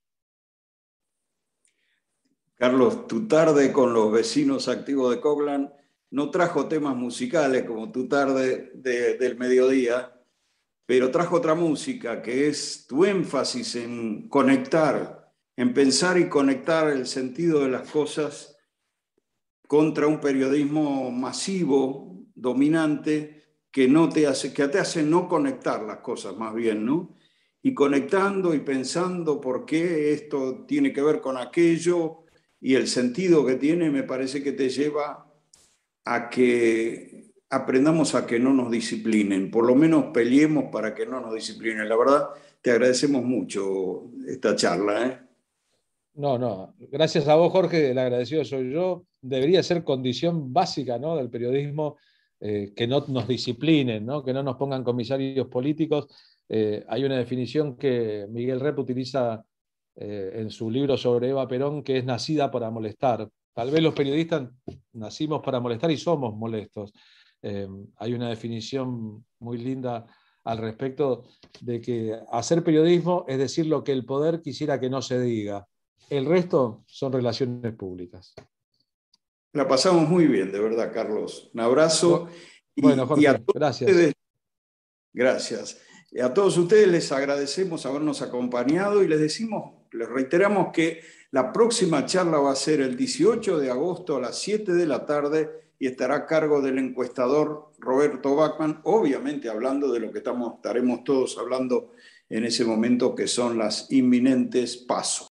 Carlos, tu tarde con los vecinos activos de Coglan no trajo temas musicales como tu tarde del mediodía, pero trajo otra música, que es tu énfasis en conectar, en pensar y conectar el sentido de las cosas contra un periodismo masivo, dominante, que te hace no conectar las cosas más bien, ¿no? Y conectando y pensando por qué esto tiene que ver con aquello y el sentido que tiene, me parece que te lleva a que aprendamos a que no nos disciplinen, por lo menos peleemos para que no nos disciplinen. La verdad, te agradecemos mucho esta charla, ¿eh? No, gracias a vos, Jorge, el agradecido soy yo. Debería ser condición básica, ¿no?, del periodismo, que no nos disciplinen, ¿no?, que no nos pongan comisarios políticos. Hay una definición que Miguel Rep utiliza en su libro sobre Eva Perón, que es nacida para molestar. Tal vez los periodistas nacimos para molestar y somos molestos. Hay una definición muy linda al respecto de que hacer periodismo es decir lo que el poder quisiera que no se diga. El resto son relaciones públicas. La pasamos muy bien, de verdad, Carlos. Un abrazo. Bueno, Jorge, y a todos gracias. ustedes, gracias. Y a todos ustedes les agradecemos habernos acompañado y les reiteramos que la próxima charla va a ser el 18 de agosto a las 7 de la tarde y estará a cargo del encuestador Roberto Bachmann, obviamente hablando de lo que estaremos todos hablando en ese momento, que son las inminentes PASO.